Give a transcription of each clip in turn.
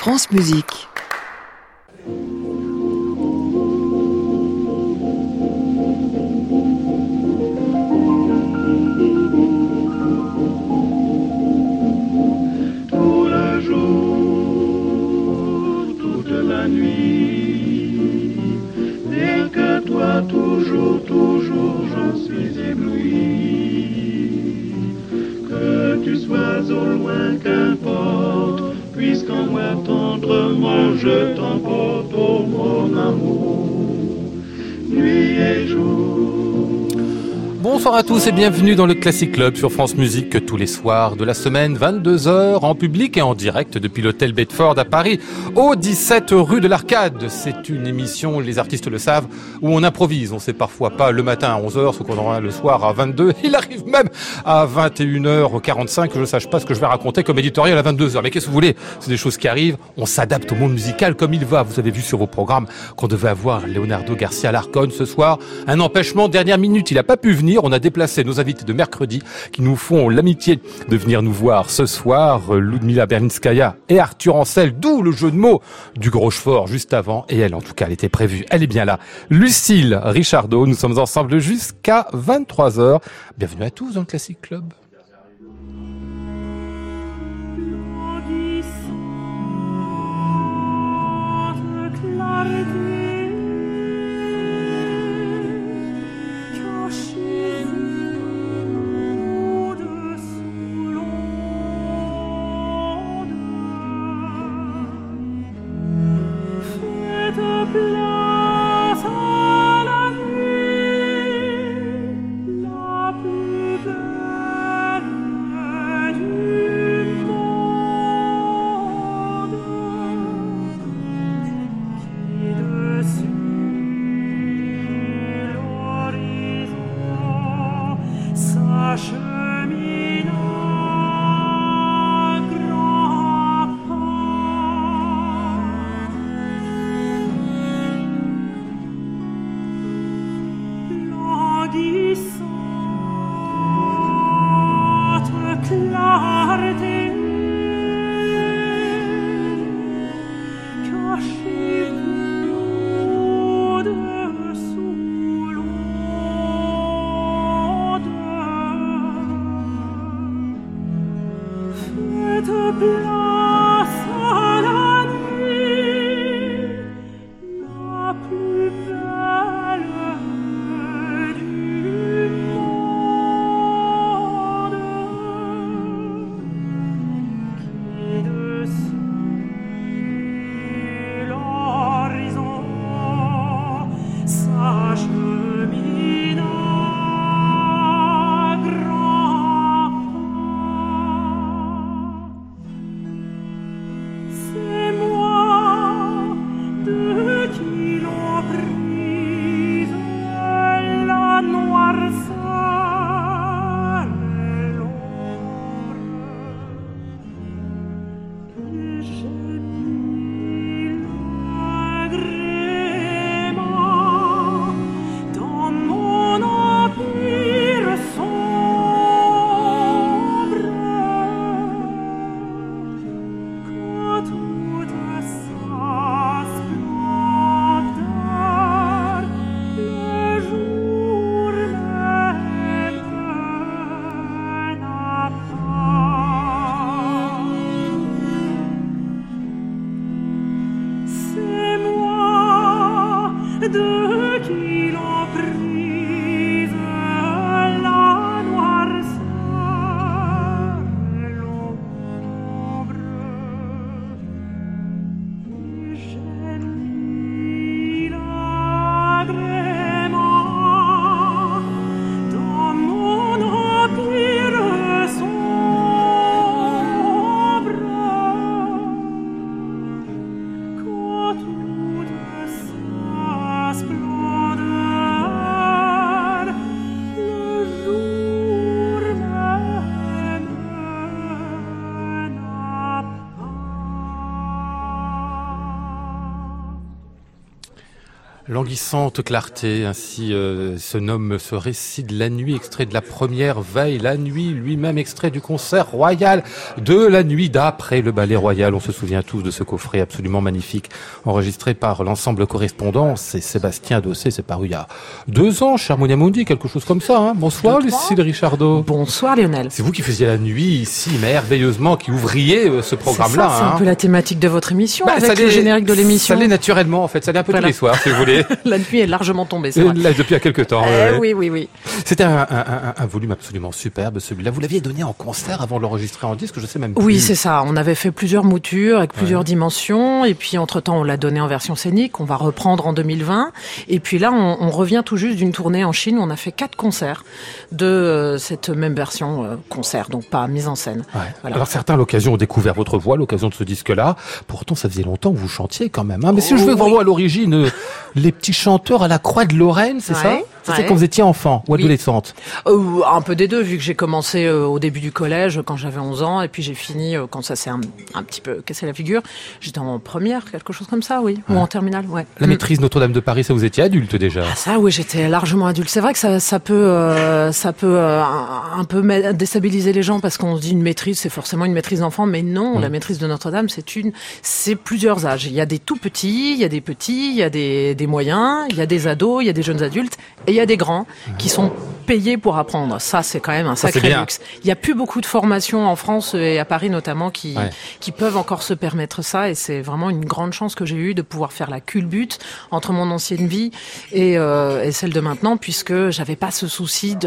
France Musique. Tout le jour, toute la nuit, rien que toi, toujours, j'en suis ébloui. Que tu sois au loin, qu'importe, puisqu'en moi tendrement je t'emporte, oh mon amour, nuit et jour. Bonsoir à tous et bienvenue dans le Classic Club sur France Musique tous les soirs de la semaine, 22h en public et en direct depuis l'hôtel Bedford à Paris, au 17 rue de l'Arcade. C'est une émission, les artistes le savent, où on improvise. On sait parfois pas le matin à 11h, ce qu'on aura le soir à 22. Il arrive même à 21h45 que je sache pas ce que je vais raconter comme éditorial à 22h. Mais qu'est-ce que vous voulez? C'est des choses qui arrivent. On s'adapte au monde musical comme il va. Vous avez vu sur vos programmes qu'on devait avoir Leonardo Garcia Larcón ce soir. Un empêchement dernière minute. Il a pas pu venir. On a déplacé nos invités de mercredi qui nous font l'amitié de venir nous voir ce soir. Ludmila Berlinskaya et Arthur Ancel, d'où le jeu de mots du Gros-Chefort juste avant. Et elle, en tout cas, elle était prévue. Elle est bien là. Lucille Richardot, nous sommes ensemble jusqu'à 23h. Bienvenue à tous dans le Classic Club. Languissante clarté, ainsi se nomme ce récit de la nuit, extrait de la première veille, la nuit, lui-même extrait du concert royal de la nuit d'après le ballet royal. On se souvient tous de ce coffret absolument magnifique, enregistré par l'ensemble Correspondance et Sébastien Dossé. C'est paru il y a 2 ans chez Harmonia Mundi, quelque chose comme ça. Hein. Bonsoir Lucille Richardot. Bonsoir Lionel. C'est vous qui faisiez la nuit ici, merveilleusement, qui ouvriez ce programme-là. C'est un peu la thématique de votre émission, avec le générique de l'émission. Ça l'est naturellement en fait, ça l'est un peu tous les soirs si vous voulez. La nuit est largement tombée, c'est vrai. Là, depuis il y a quelques temps. Oui. C'était un volume absolument superbe, celui-là. Vous l'aviez donné en concert avant de l'enregistrer en disque, je sais même plus. Oui, c'est ça. On avait fait plusieurs moutures avec plusieurs dimensions. Et puis, entre-temps, on l'a donné en version scénique. On va reprendre en 2020. Et puis là, on revient tout juste d'une tournée en Chine où on a fait 4 concerts de cette même version concert, donc pas mise en scène. Ouais. Voilà. Alors, certains, à l'occasion, ont découvert votre voix, à l'occasion de ce disque-là. Pourtant, ça faisait longtemps que vous chantiez quand même. Hein. Mais si je veux vraiment à l'origine, les petits chanteurs à la Croix de Lorraine, c'est ça? C'est quand vous étiez enfant ou adolescente? Un peu des deux, vu que j'ai commencé au début du collège, quand j'avais 11 ans, et puis j'ai fini quand ça s'est un petit peu cassé la figure. J'étais en première, quelque chose comme ça, oui. Ou en terminale, ouais. La maîtrise Notre-Dame de Paris, ça vous étiez adulte déjà? Ah, ça, oui, j'étais largement adulte. C'est vrai que ça peut un peu déstabiliser les gens parce qu'on se dit une maîtrise, c'est forcément une maîtrise d'enfant, mais non, la maîtrise de Notre-Dame, c'est plusieurs âges. Il y a des tout petits, il y a des petits, il y a des moyens, il y a des ados, il y a des jeunes adultes, et il y a des grands qui sont payés pour apprendre. Ça, c'est quand même un sacré luxe. Il y a plus beaucoup de formations en France et à Paris notamment qui peuvent encore se permettre ça, et c'est vraiment une grande chance que j'ai eue de pouvoir faire la culbute entre mon ancienne vie et celle de maintenant, puisque j'avais pas ce souci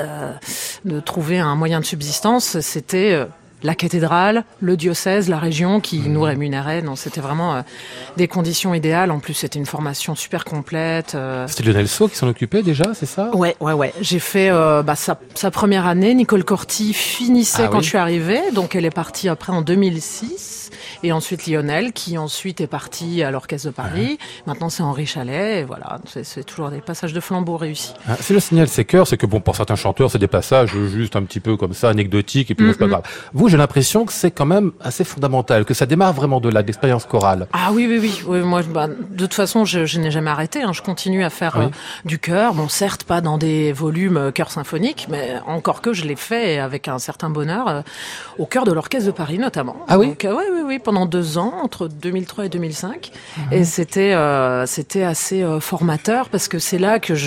de trouver un moyen de subsistance. C'était la cathédrale, le diocèse, la région qui nous rémunérait. Non, c'était vraiment des conditions idéales. En plus, c'était une formation super complète. C'était Lionel Sceaux qui s'en occupait déjà, c'est ça? Ouais. J'ai fait sa première année. Nicole Corti finissait quand je suis arrivée. Donc, elle est partie après en 2006. Et ensuite Lionel, qui ensuite est parti à l'Orchestre de Paris. Maintenant, c'est Henri Chalet. Et voilà, c'est toujours des passages de flambeau réussis. C'est le signal, c'est cœur, c'est que bon, pour certains chanteurs, c'est des passages juste un petit peu comme ça, anecdotiques, et puis c'est pas grave. Vous, j'ai l'impression que c'est quand même assez fondamental, que ça démarre vraiment de là, de l'expérience chorale. Ah oui. Moi, de toute façon, je n'ai jamais arrêté. Hein. Je continue à faire du chœur. Bon, certes, pas dans des volumes chœur symphonique, mais encore que je l'ai fait avec un certain bonheur au chœur de l'Orchestre de Paris, notamment. Ah oui? Donc, oui, pendant 2 ans, entre 2003 et 2005. Et c'était assez formateur parce que c'est là que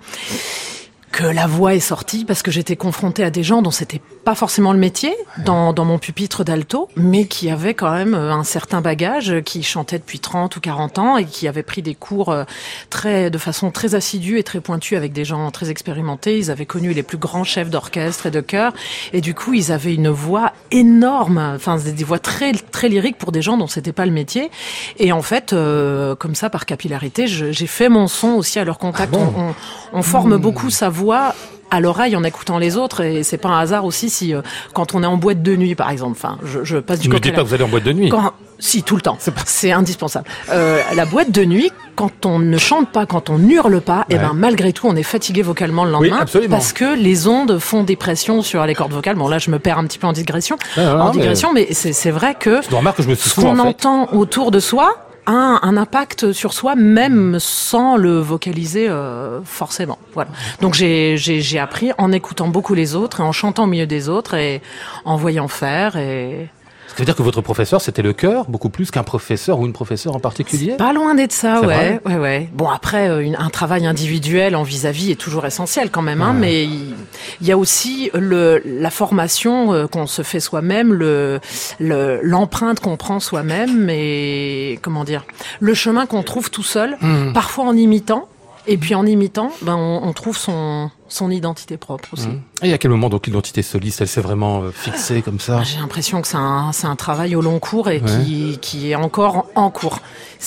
la voix est sortie, parce que j'étais confrontée à des gens dont c'était pas forcément le métier, dans mon pupitre d'alto, mais qui avaient quand même un certain bagage, qui chantaient depuis 30 ou 40 ans et qui avaient pris des cours de façon très assidue et très pointue avec des gens très expérimentés. Ils avaient connu les plus grands chefs d'orchestre et de chœur, et du coup, ils avaient une voix énorme, enfin, des voix très, très lyriques pour des gens dont c'était pas le métier. Et en fait, comme ça, par capillarité, j'ai fait mon son aussi à leur contact. On forme beaucoup sa voix à l'oreille en écoutant les autres, et c'est pas un hasard aussi si quand on est en boîte de nuit par exemple, enfin je passe du coq à l'âne. Ne dites pas que vous allez en boîte de nuit. Si, tout le temps, c'est indispensable. La boîte de nuit, quand on ne chante pas, quand on hurle pas, et ben malgré tout on est fatigué vocalement le lendemain, parce que les ondes font des pressions sur les cordes vocales. Bon là je me perds un petit peu en digression, mais c'est vrai que ce qu'on entend autour de soi un impact sur soi, même sans le vocaliser forcément. Voilà. Donc j'ai appris en écoutant beaucoup les autres et en chantant au milieu des autres et en voyant faire. Et ça veut dire que votre professeur, c'était le chœur, beaucoup plus qu'un professeur ou une professeure en particulier? C'est pas loin d'être ça, ouais. Bon, après, un travail individuel en vis-à-vis est toujours essentiel quand même, mais il y a aussi la formation qu'on se fait soi-même, l'empreinte qu'on prend soi-même, et comment dire, le chemin qu'on trouve tout seul, parfois en imitant. Et puis en imitant, on trouve son identité propre aussi. Et à quel moment donc l'identité soliste, elle s'est vraiment fixée comme ça? J'ai l'impression que c'est un travail au long cours et qui est encore en cours.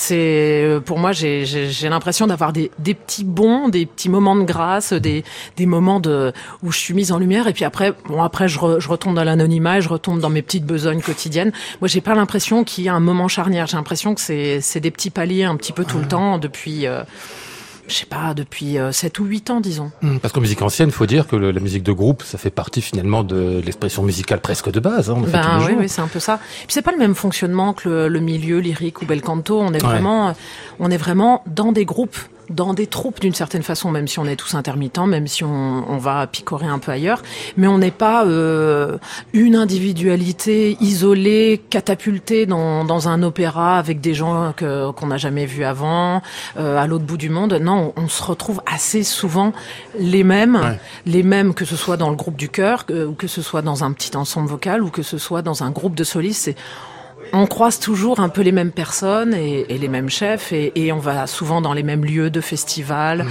Pour moi, j'ai l'impression d'avoir des petits bonds, des petits moments de grâce, des moments où je suis mise en lumière, et puis après je retombe dans l'anonymat et je retombe dans mes petites besognes quotidiennes. Moi, j'ai pas l'impression qu'il y a un moment charnière. J'ai l'impression que c'est des petits paliers un petit peu tout le temps depuis je sais pas, depuis 7 ou 8 ans, disons. Parce qu'en musique ancienne, il faut dire que la musique de groupe, ça fait partie finalement de l'expression musicale presque de base. On fait tous les jours. Oui, c'est un peu ça. Puis c'est pas le même fonctionnement que le milieu lyrique ou bel canto. On est vraiment dans des groupes dans des troupes d'une certaine façon, même si on est tous intermittents, même si on va picorer un peu ailleurs, mais on n'est pas une individualité isolée, catapultée dans un opéra avec des gens qu'on n'a jamais vus avant, à l'autre bout du monde. Non, on se retrouve assez souvent les mêmes, que ce soit dans le groupe du chœur, ou que ce soit dans un petit ensemble vocal, ou que ce soit dans un groupe de solistes. On croise toujours un peu les mêmes personnes et les mêmes chefs et on va souvent dans les mêmes lieux de festivals,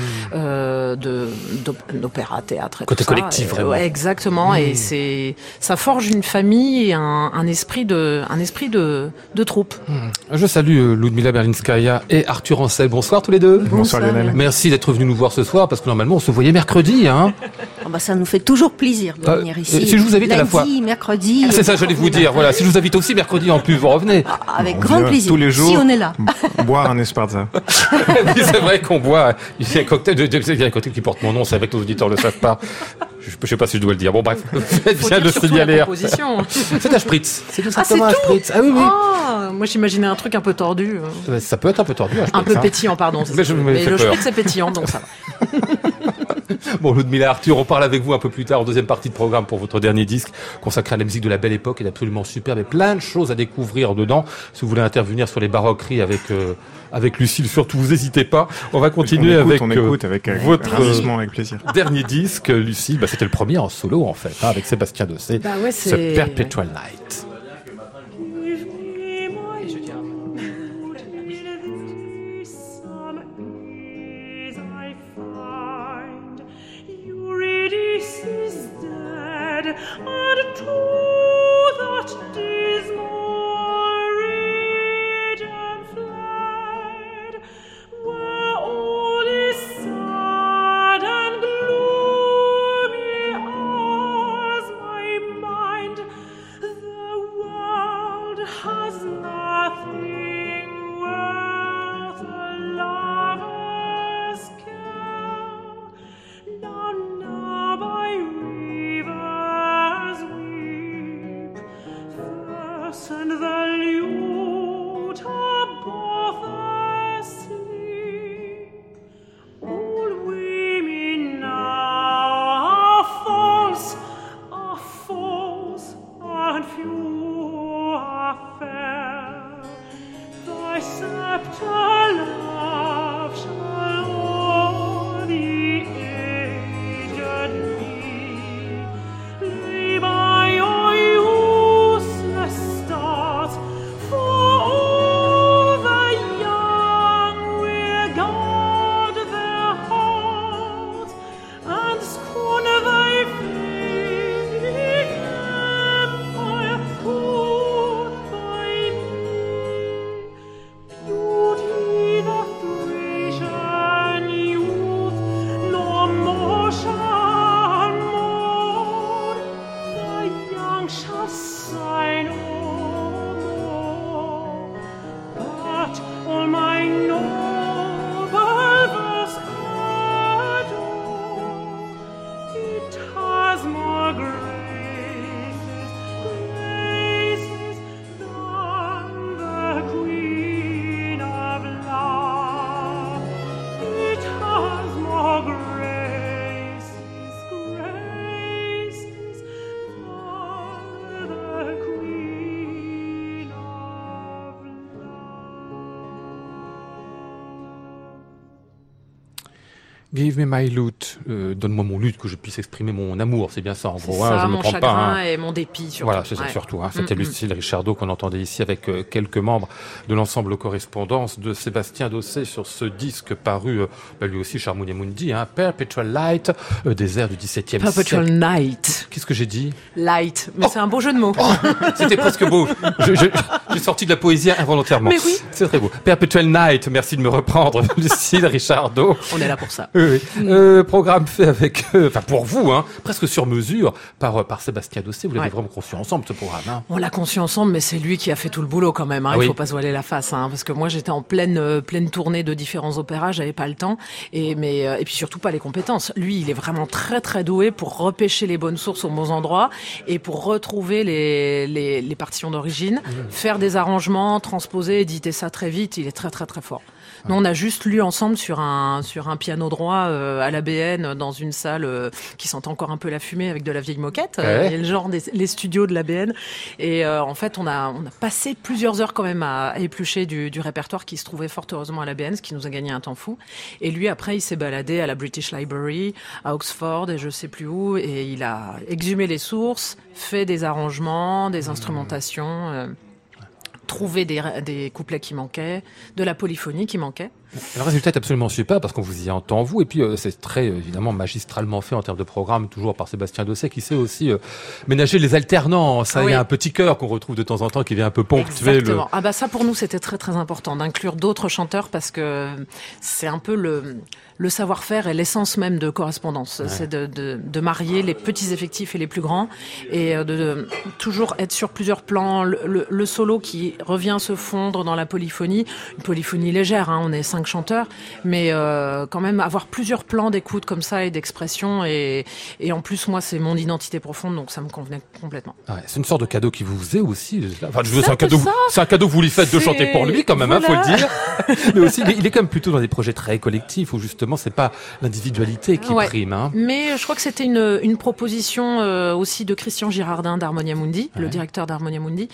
d'opéra, théâtre. Et côté tout ça. collectif, vraiment. Ouais, exactement. Et ça forge une famille et un esprit de troupe. Je salue Ludmila Berlinskaya et Arthur Ancel. Bonsoir tous les deux. Bonsoir Lionel. Merci d'être venu nous voir ce soir parce que normalement on se voyait mercredi, hein. Ça nous fait toujours plaisir de venir ici. Si je vous invite à la fois. Lundi, mercredi. C'est ça, j'allais vous dire. Voilà, si je vous invite aussi mercredi en plus, vous revenez. Avec grand plaisir. Tous les jours. Si on est là. Boire un esparza. Oui, c'est vrai qu'on boit. Il y a un cocktail qui porte mon nom. C'est avec que nos auditeurs ne le savent pas. Je sais pas si je dois le dire. Bon, bref. Faites bien de signaler. C'est un spritz. C'est tout simplement un spritz. Ah oui, oui. Oh, moi, j'imaginais un truc un peu tordu. Ça peut être un peu tordu. Un peu pétillant, pardon. Mais le spritz, c'est pétillant, donc ça va. Bon, Ludmila, Arthur, on parle avec vous un peu plus tard en deuxième partie de programme pour votre dernier disque consacré à la musique de la belle époque. Il est absolument superbe et plein de choses à découvrir dedans. Si vous voulez intervenir sur les baroqueries avec Lucille, surtout, vous n'hésitez pas. On va continuer avec votre avec plaisir. Dernier disque, Lucille. C'était le premier en solo, en fait, avec Sébastien Dossé. Ouais, ce Perpetual Night. Give me my lute, donne-moi mon luth que je puisse exprimer mon amour, c'est bien ça en gros. Ça, je mon me trompe chagrin pas. et mon dépit surtout. Voilà, c'est ça surtout. C'était Lucille Richardot qu'on entendait ici avec quelques membres de l'ensemble Correspondance de Sébastien Dossé sur ce disque paru, lui aussi Charmounia Mundi, Perpetual Light, des airs du XVIIe Perpetual siècle. Night. Qu'est-ce que j'ai dit? Light, mais c'est un beau jeu de mots. C'était presque beau. J'ai sorti de la poésie involontairement. Mais oui. C'est très beau. Perpetual Night, merci de me reprendre, Lucille Richardot. On est là pour ça. Oui. Programme fait avec, pour vous, presque sur mesure, par Sébastien Dossé. Vous l'avez vraiment conçu ensemble, ce programme. On l'a conçu ensemble, mais c'est lui qui a fait tout le boulot quand même. Il faut pas se voiler la face, parce que moi j'étais en pleine tournée de différents opéras, j'avais pas le temps, et puis surtout pas les compétences. Lui, il est vraiment très très doué pour repêcher les bonnes sources aux bons endroits et pour retrouver les partitions d'origine, faire des arrangements, transposer, éditer ça très vite. Il est très très très fort. Nous, on a juste lu ensemble sur un piano droit à la BN dans une salle qui sentait encore un peu la fumée avec de la vieille moquette. Ouais. Et le genre les studios de la BN. Et en fait, on a passé plusieurs heures quand même à éplucher du répertoire qui se trouvait fort heureusement à la BN, ce qui nous a gagné un temps fou. Et lui, après, il s'est baladé à la British Library, à Oxford et je sais plus où, et il a exhumé les sources, fait des arrangements, des instrumentations, trouvé des couplets qui manquaient, de la polyphonie qui manquait. Le résultat est absolument super parce qu'on vous y entend vous et puis c'est très évidemment magistralement fait en termes de programme, toujours par Sébastien Dosset qui sait aussi ménager les alternances. Il y a un petit chœur qu'on retrouve de temps en temps qui vient un peu ponctuer. Exactement. Ah bah ça pour nous c'était très très important d'inclure d'autres chanteurs parce que c'est un peu le savoir-faire et l'essence même de Correspondance. Ouais. C'est de marier les petits effectifs et les plus grands et de toujours être sur plusieurs plans. Le solo qui revient se fondre dans la polyphonie, une polyphonie légère, hein, on est 5 chanteurs, mais quand même avoir plusieurs plans d'écoute comme ça et d'expression et en plus moi c'est mon identité profonde donc ça me convenait complètement. Ouais, c'est une sorte de cadeau qui vous faisait aussi. Enfin, c'est un cadeau que vous lui faites de chanter pour lui quand même, voilà. Faut le dire. Mais aussi il est quand même plutôt dans des projets très collectifs où justement c'est pas l'individualité qui prime. Hein. Mais je crois que c'était une proposition aussi de Christian Girardin d'Harmonia Mundi, le directeur d'Harmonia Mundi,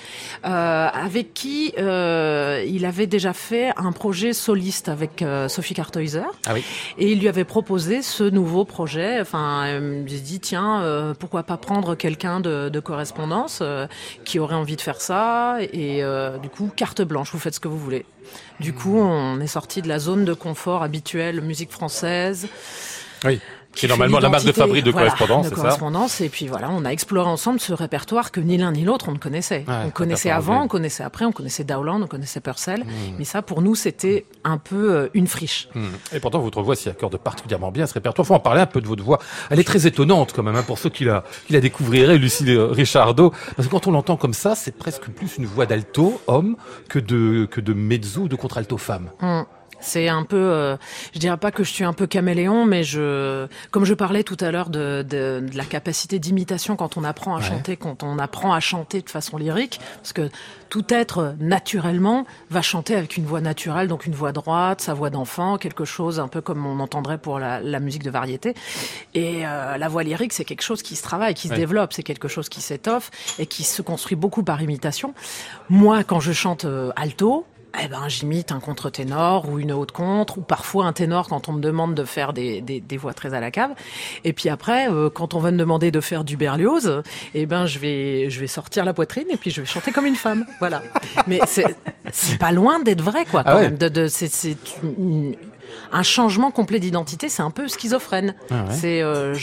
avec qui il avait déjà fait un projet soliste avec Sophie Karthäuser. Ah oui. Et il lui avait proposé ce nouveau projet. Enfin, j'ai dit tiens, pourquoi pas prendre quelqu'un de Correspondance qui aurait envie de faire ça et du coup carte blanche, vous faites ce que vous voulez. Du coup, on est sorti de la zone de confort habituelle, musique française. Oui. Qui est normalement la marque de fabrique de Correspondance, c'est Correspondance, ça. Et puis voilà, on a exploré ensemble ce répertoire que ni l'un ni l'autre on ne connaissait. Ouais, on connaissait avant, on connaissait après, on connaissait Dowland, on connaissait Purcell. Mais ça, pour nous, c'était un peu une friche. Et pourtant, votre voix s'y accorde particulièrement bien, ce répertoire. Faut en parler un peu de votre voix. Elle est très étonnante quand même, hein, pour ceux qui la découvriraient, Lucie Richardot. Parce que quand on l'entend comme ça, c'est presque plus une voix d'alto, homme, que de mezzo ou de contralto femme. C'est un peu, je dirais pas que je suis un peu caméléon, mais comme je parlais tout à l'heure de la capacité d'imitation quand on apprend à chanter, quand on apprend à chanter de façon lyrique, parce que tout être naturellement va chanter avec une voix naturelle, donc une voix droite, sa voix d'enfant, quelque chose un peu comme on entendrait pour la musique de variété. Et la voix lyrique, c'est quelque chose qui se travaille, qui se développe, c'est quelque chose qui s'étoffe et qui se construit beaucoup par imitation. Moi, quand je chante alto, j'imite un contre-ténor ou une haute contre, ou parfois un ténor quand on me demande de faire des voix très à la cave. Et puis après, quand on va me demander de faire du Berlioz, je vais sortir la poitrine et puis je vais chanter comme une femme. Voilà. Mais c'est pas loin d'être vrai, quoi, quand même. C'est un changement complet d'identité, c'est un peu schizophrène. C'est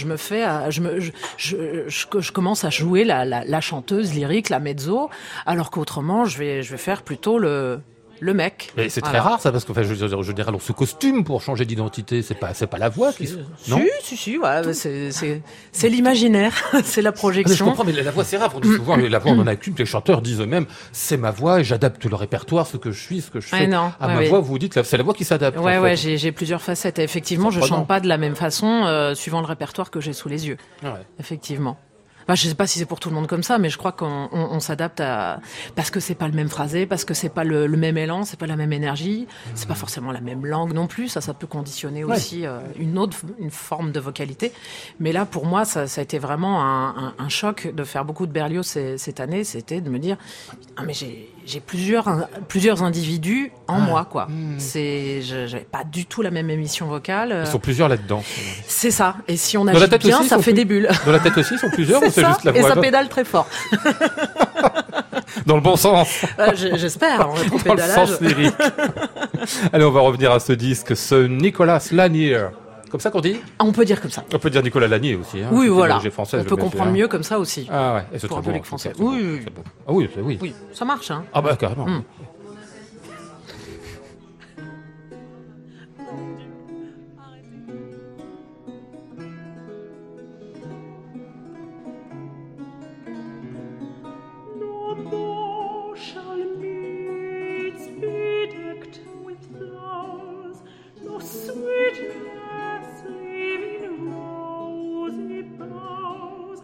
je commence à jouer la chanteuse lyrique, la mezzo, alors qu'autrement je vais faire plutôt le mec. Mais c'est très rare ça, parce que je dirais alors ce costume pour changer d'identité, c'est pas la voix qui non. Si, ouais, c'est l'imaginaire, c'est la projection. Mais je comprends, mais la voix c'est rare, on dit souvent la voix on en a qu'une, les chanteurs disent eux-mêmes c'est ma voix et j'adapte le répertoire, ce que je suis, ce que je fais. Ma voix, vous dites c'est la voix qui s'adapte. Ouais, j'ai plusieurs facettes et effectivement, je chante pas de la même façon suivant le répertoire que j'ai sous les yeux. Effectivement. Je sais pas si c'est pour tout le monde comme ça, mais je crois qu'on s'adapte parce que c'est pas le même phrasé, parce que c'est pas le même élan, c'est pas la même énergie, c'est pas forcément la même langue non plus. Ça peut conditionner aussi une forme de vocalité. Mais là, pour moi, ça a été vraiment un choc de faire beaucoup de Berlioz cette année. C'était de me dire, mais j'ai plusieurs individus en moi, quoi. J'avais pas du tout la même émission vocale. Ils sont plusieurs là-dedans. C'est ça. Et si on agit bien, ça fait des bulles. Dans la tête aussi, ils sont plusieurs. C'est ça, juste la voix, et ça pédale très fort. Dans le bon sens. J'espère, on va trop dans pédalage. Le sens lyrique. Allez, on va revenir à ce disque, ce Nicolas Lanier. Comme ça qu'on dit ? On peut dire comme ça. On peut dire Nicolas Lanier aussi. Hein, oui, voilà. Française, on peut comprendre mieux comme ça aussi. Ah ouais, et c'est pour très bon. Français. Oui. Ah oui, oui. Oui, ça marche. Hein. Ah bah carrément.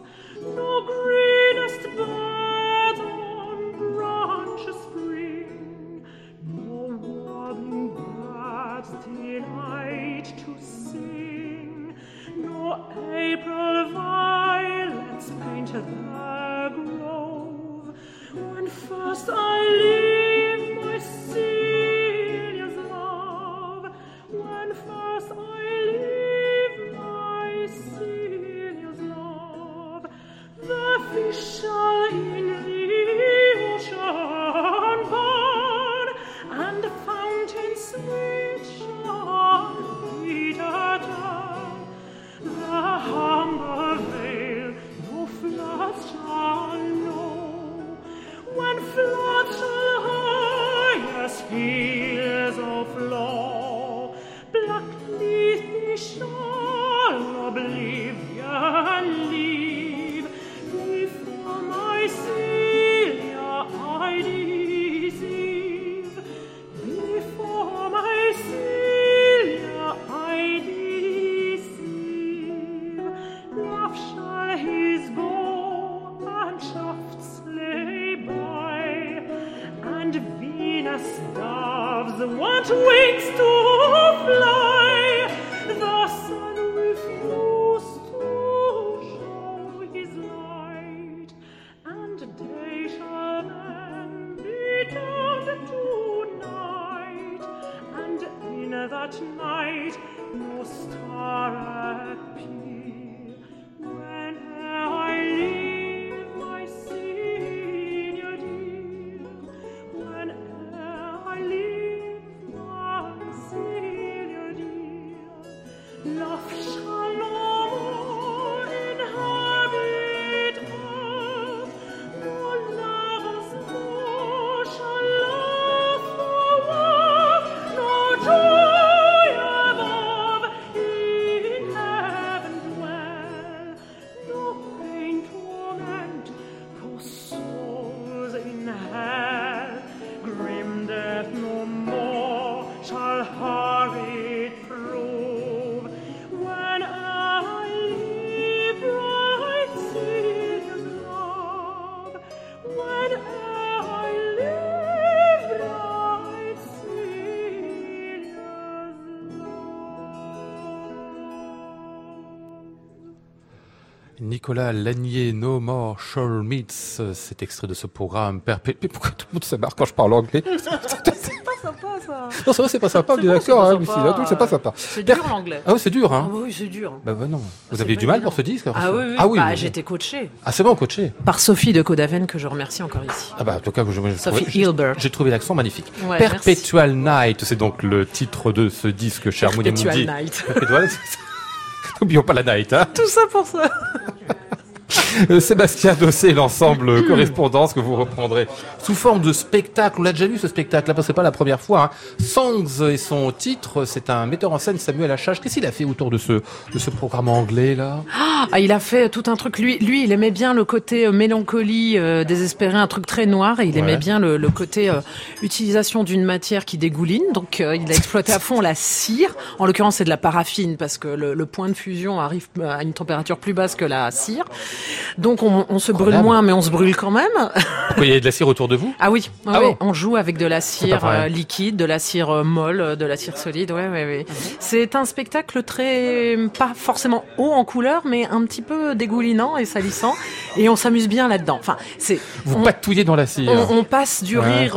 No greenest bird on branches spring, doves want wings to fly. The sun refused to show his light, and day shall then be turned to night, and in that night no star appear. Whene'er I leave my Saviour dear, whene'er I leave my Saviour dear, love shall no more inhabit earth, no lovers more shall love for worth, no joy above in heaven dwell, no pain torment for souls in hell, grim death no more shall hurried prove. When I leave bright Saviour's love, when I leave bright Saviour's Nicolas Lanier, No More Shore Meets, cet extrait de ce programme perpétuel. Pourquoi tout le monde se marre quand je parle anglais? C'est pas sympa, ça. Non, ça va, c'est pas sympa, C'est on est bon, d'accord, c'est hein, pas Lucie, sympa. là, tout, c'est pas sympa. C'est dur, l'anglais. Ah oui, c'est dur, hein. Ah oui, c'est dur. Bah non. Vous C'est aviez pas du mal évident. pour ce disque? Ah oui, oui. Ah oui. Bah, oui. j'ai été coachée Ah, c'est bon, coaché. par Sophie de Codaven, que je remercie encore ici. Ah bah, en tout cas, Sophie Hilbert. j'ai trouvé l'accent magnifique. Ouais, Perpetual Night, c'est donc le titre de ce disque, cher Mouni Perpetual Moudi. Night. Perpetual. N'oublions pas la night, hein. Tout ça pour ça. Sébastien Dossé, l'ensemble correspondance que vous reprendrez sous forme de spectacle. On l'a déjà vu ce spectacle, là, parce que c'est pas la première fois. Hein. Songs et son titre, c'est un metteur en scène, Samuel Achache. Qu'est-ce qu'il a fait autour de ce programme anglais, là? Ah, il a fait tout un truc. Lui, il aimait bien le côté mélancolie, désespéré, un truc très noir. Et il aimait bien le côté utilisation d'une matière qui dégouline. Donc, il a exploité à fond la cire. En l'occurrence, c'est de la paraffine parce que le point de fusion arrive à une température plus basse que la cire. Donc, on se brûle moins, mais on se brûle quand même. Pourquoi il y a de la cire autour de vous? Ah oui, Ah oui, bon on joue avec de la C'est cire pas vrai. liquide, de la cire molle, de la cire solide. Ouais. C'est un spectacle très, pas forcément haut en couleur, mais un petit peu dégoulinant et salissant. Et on s'amuse bien là-dedans. Enfin, Vous patouillez dans la cire. on passe du rire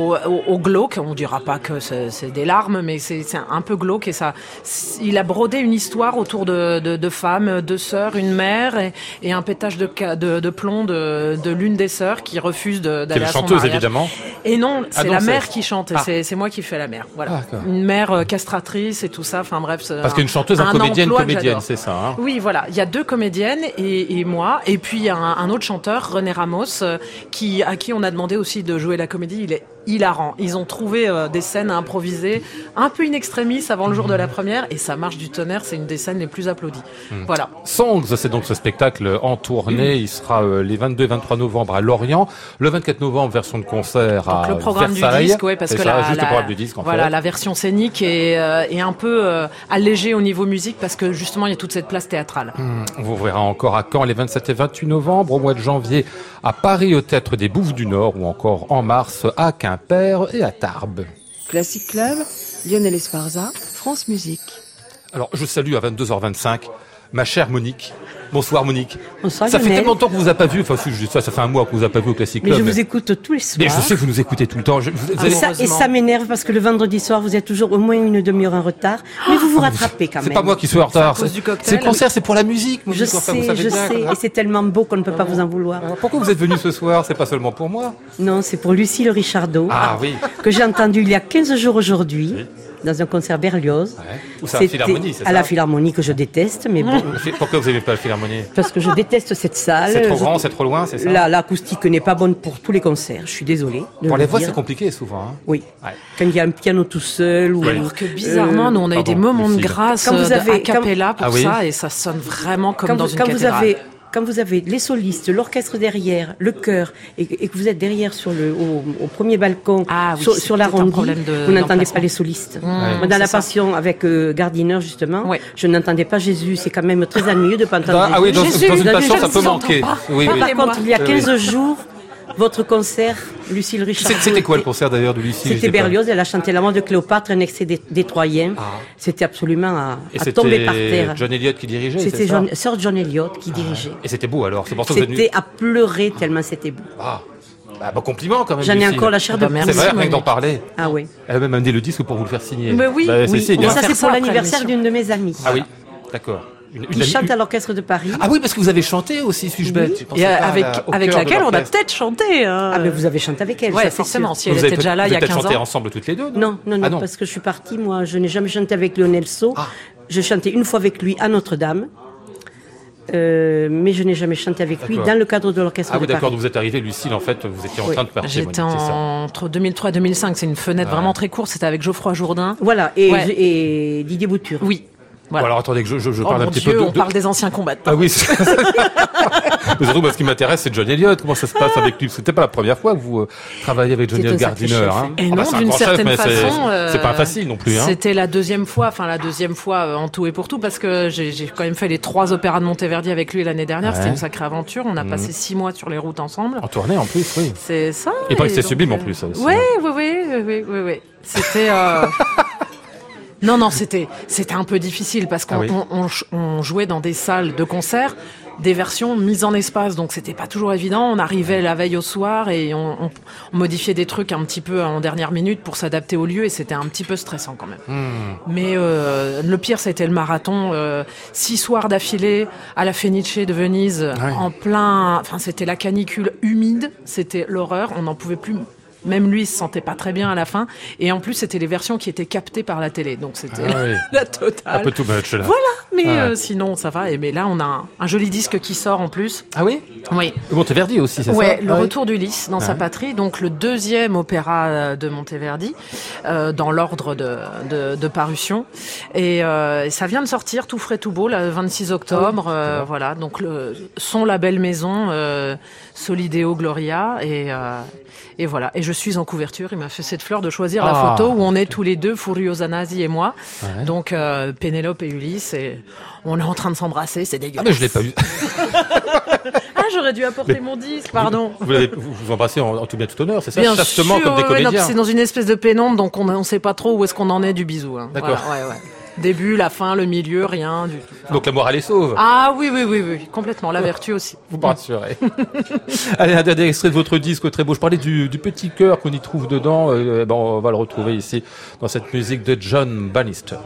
au glauque. On dira pas que c'est des larmes, mais c'est un peu glauque. Et il a brodé une histoire autour de femmes, deux sœurs, une mère et un pétage de plomb de l'une des sœurs qui refuse d'aller à son chanteuse, mariage. évidemment. Et non, c'est la c'est- mère qui chante. Et c'est moi qui fais la mère. Voilà. Ah, d'accord. Une mère castratrice et tout ça. Enfin bref. Parce qu'une chanteuse, un comédienne, emploi que j'adore. c'est ça. Hein. Oui, voilà. Il y a deux comédiennes et moi. Et puis il y a un autre chanteur, René Ramos, à qui on a demandé aussi de jouer la comédie. Il est hilarant. Ils ont trouvé des scènes à improviser, un peu in extremis avant le jour de la première, et ça marche du tonnerre. C'est une des scènes les plus applaudies. Voilà. Songs, c'est donc ce spectacle en tournée. Il sera les 22 et 23 novembre à Lorient, le 24 novembre version de concert à Donc le programme Versailles. du disque, ouais, parce C'est que ça, juste le programme du disque, en voilà, fait. la version scénique est un peu allégée au niveau musique parce que justement il y a toute cette place théâtrale. On vous verra encore à Caen les 27 et 28 novembre, au mois de janvier à Paris au Théâtre des Bouffes du Nord ou encore en mars à Quimper et à Tarbes. Classic Club, Lionel Esparza, France Musique. Alors je salue à 22h25 ma chère Monique. Bonsoir Monique. Bonsoir, Ça fait Lionel. tellement longtemps que vous a pas vu, enfin ça fait un mois qu'on vous a pas vu au Classic Mais Club. je vous écoute tous les soirs. Mais je sais que vous nous écoutez tout le temps. Et ça m'énerve parce que le vendredi soir, vous êtes toujours au moins une demi-heure en retard. Mais vous vous rattrapez quand même. C'est pas moi qui suis en retard. à cause du cocktail. C'est le concert, c'est pour la musique. Je Monique, enfin, vous sais, savez je bien, sais. quoi. Et c'est tellement beau qu'on ne peut pas vous en vouloir. Alors, pourquoi vous êtes venu ce soir? C'est pas seulement pour moi. Non, c'est pour Lucille Richardot. Ah oui. Que j'ai entendu il y a 15 jours aujourd'hui. Dans un concert Berlioz. Ouais. Ou c'est à la Philharmonie, c'est ça? À la Philharmonie que je déteste, mais bon. Pourquoi vous n'aimez pas la Philharmonie? Parce que je déteste cette salle. C'est trop grand, c'est trop loin, c'est ça? L'acoustique n'est pas bonne pour tous les concerts. Je suis désolée. Pour les voix, c'est compliqué souvent. Hein. Oui. Ouais. Quand il y a un piano tout seul. Ou, Alors que bizarrement, nous on a eu des pardon, moments de Lucille. grâce Quand vous avez- a cappella pour Ah oui. ça et ça sonne vraiment comme dans une quand cathédrale. quand vous avez les solistes, l'orchestre derrière, le chœur, et que vous êtes derrière au premier balcon, Ah oui, sur la c'est un rondie, problème vous n'entendez d'emplacement. pas les solistes. Ouais. Moi, dans la c'est ça. Passion avec Gardiner, justement, Ouais. je n'entendais pas Jésus. C'est quand même très ennuyeux de ne pas entendre Ah oui, Jésus. dans une Jésus, passion, ça Jésus, peut j'entends manquer. pas. Oui, oui. Par contre, il y a 15 jours, Votre concert, Lucille Richard. C'était quoi le concert d'ailleurs de Lucie? C'était Berlioz, elle a chanté La mort de Cléopâtre, un excès des Troyens. C'était absolument à tomber par terre. John Elliott qui dirigeait, C'était c'est ça? Sir John Elliott qui dirigeait. Et c'était beau alors, c'est pour ça que vous êtes venu. C'était à pleurer tellement c'était beau. Ah, bah, bon compliment quand même. J'en ai Lucille. encore la chair de Ah bah, poule. C'est vrai, rien Monique. que d'en parler. Ah oui. Elle a même amené le disque pour vous le faire signer. Mais oui, Bah, c'est Oui, signe, mais hein. ça faire c'est ça pour après l'anniversaire l'émission. d'une de mes amies. Ah oui, d'accord. Une Qui amie- chante à l'orchestre de Paris. Ah oui, parce que vous avez chanté aussi, suis-je bête? Je pensais Et pas à avec, la- au avec cœur de laquelle on a l'orchestre. peut-être chanté. Hein. Ah mais vous avez chanté avec elle, Ouais, ça c'est forcément, sûr. si elle Vous avez était déjà là il y a peut-être 15 chanté ans. ensemble toutes les deux, Non, Ah non. parce que je suis partie, moi, je n'ai jamais chanté avec Lionel Sceau. Ah. Je chantais une fois avec lui à Notre-Dame, mais je n'ai jamais chanté avec lui D'accord. dans le cadre de l'orchestre Ah oui, de d'accord, Paris. donc vous êtes arrivé, Lucille, en fait, vous étiez en Oui. train de partir, J'étais Monique, c'est ça? entre 2003 et 2005, c'est une fenêtre vraiment très courte, c'était avec Geoffroy Jourdain. Voilà, Ouais. et Didier Bouture. Oui. Bon, Voilà. alors attendez que je Oh parle un mon petit Dieu, peu on parle des anciens combattants. Ah oui, mais surtout, moi, ce qui m'intéresse, c'est John Elliott. Comment ça se passe avec lui? Parce que c'était pas la première fois que vous travaillez avec Johnny C'est un sacré Gardiner. chef, Hein. Et Ah bah, non, c'est un d'une grand chef, certaine mais façon, c'est pas facile non plus. Hein. C'était la deuxième fois en tout et pour tout, parce que j'ai quand même fait les 3 opéras de Monteverdi avec lui l'année dernière. Ouais. C'était une sacrée aventure. On a passé 6 mois sur les routes ensemble. En tournée, en plus, oui. C'est ça. Et pas que c'était donc, sublime en plus, ça aussi. Ouais, oui. C'était. Non, c'était un peu difficile parce qu'on Ah oui. on jouait dans des salles de concert, des versions mises en espace, donc c'était pas toujours évident. On arrivait la veille au soir et on modifiait des trucs un petit peu en dernière minute pour s'adapter au lieu et c'était un petit peu stressant quand même. Mais le pire, c'était le marathon, 6 soirs d'affilée à la Fenice de Venise, en plein, enfin c'était la canicule humide, c'était l'horreur, on n'en pouvait plus. Même lui, il se sentait pas très bien à la fin. Et en plus, c'était les versions qui étaient captées par la télé. Donc, c'était Ah oui. la totale. Un peu too much, là. Voilà, mais Ouais. Sinon, ça va. Mais là, on a un joli disque qui sort en plus. Ah oui? Oui. Monteverdi aussi, c'est Ouais, ça? le Ah oui. retour d'Ulysse dans sa patrie, donc le 2e opéra de Monteverdi, dans l'ordre de parution. Et ça vient de sortir, tout frais, tout beau, le 26 octobre. Voilà, donc son label maison, Solideo Gloria. Et voilà. Et je suis en couverture. Il m'a fait cette fleur de choisir la Ah. photo où on est tous les deux, Furiosa Nasi et moi. Ouais. Donc Pénélope et Ulysse. Et on est en train de s'embrasser. C'est Ah, dégueulasse. mais je l'ai pas vu. Ah, j'aurais dû apporter mon disque, pardon. Vous embrassez en tout bien tout honneur, c'est ça? Bien Chastement sûr, comme des ouais, non, comédiens. c'est dans une espèce de pénombre, donc on sait pas trop où est-ce qu'on en est du bisou. Hein. D'accord. Voilà, ouais. Début, la fin, le milieu, rien du tout. Donc la morale est sauve. Ah oui, complètement. La vertu aussi. Vous me rassurez. Allez, un dernier extrait de votre disque très beau. Je parlais du petit cœur qu'on y trouve dedans. On va le retrouver ici dans cette musique de John Bannister.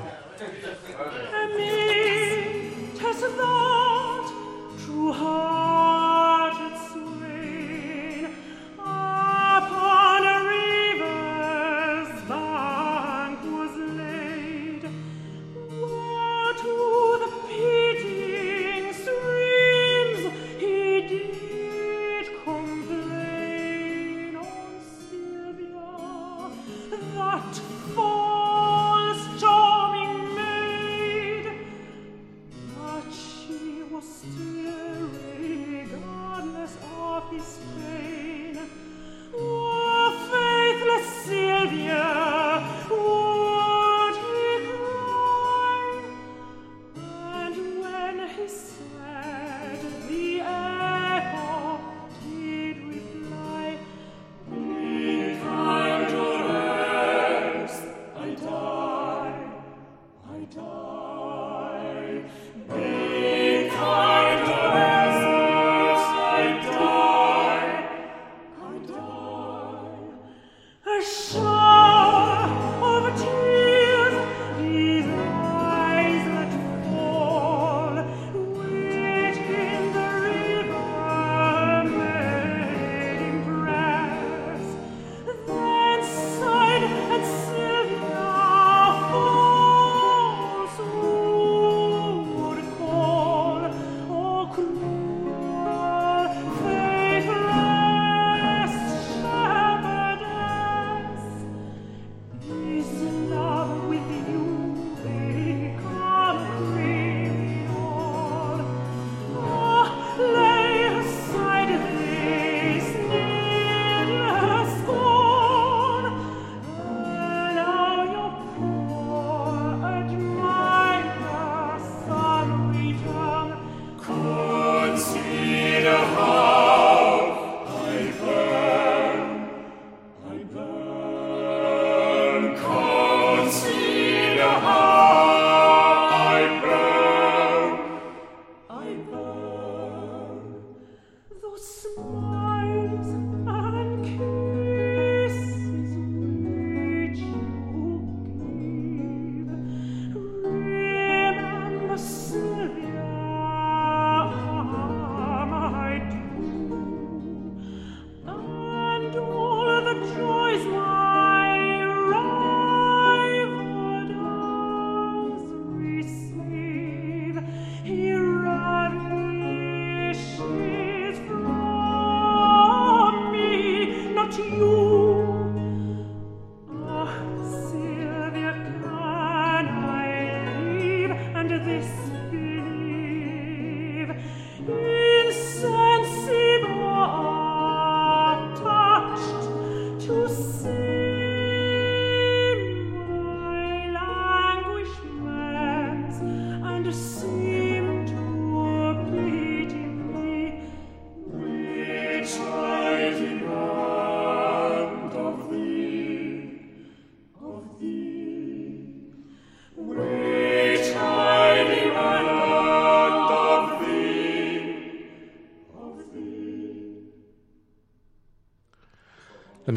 That false charming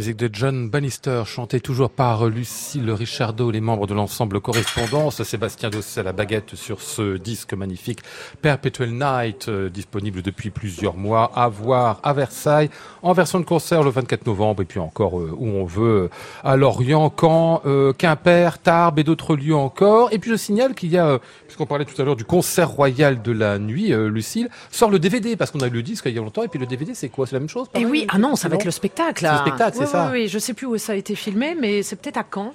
musique de John Bannister, chantée toujours par Lucille Richardot, les membres de l'ensemble Correspondance, Sébastien Dosset à la baguette sur ce disque magnifique Perpetual Night, disponible depuis plusieurs mois, à voir à Versailles, en version de concert le 24 novembre, et puis encore où on veut, à Lorient, Caen, Quimper, Tarbes et d'autres lieux encore. Et puis je signale qu'il y a, puisqu'on parlait tout à l'heure du concert royal de la nuit, Lucille, sort le DVD, parce qu'on a eu le disque il y a longtemps, et puis le DVD c'est quoi? C'est la même chose? Et oui, ah non, ça va être le spectacle. C'est le spectacle, c'est ça. Oui, je sais plus où ça a été filmé, mais c'est peut-être à Caen.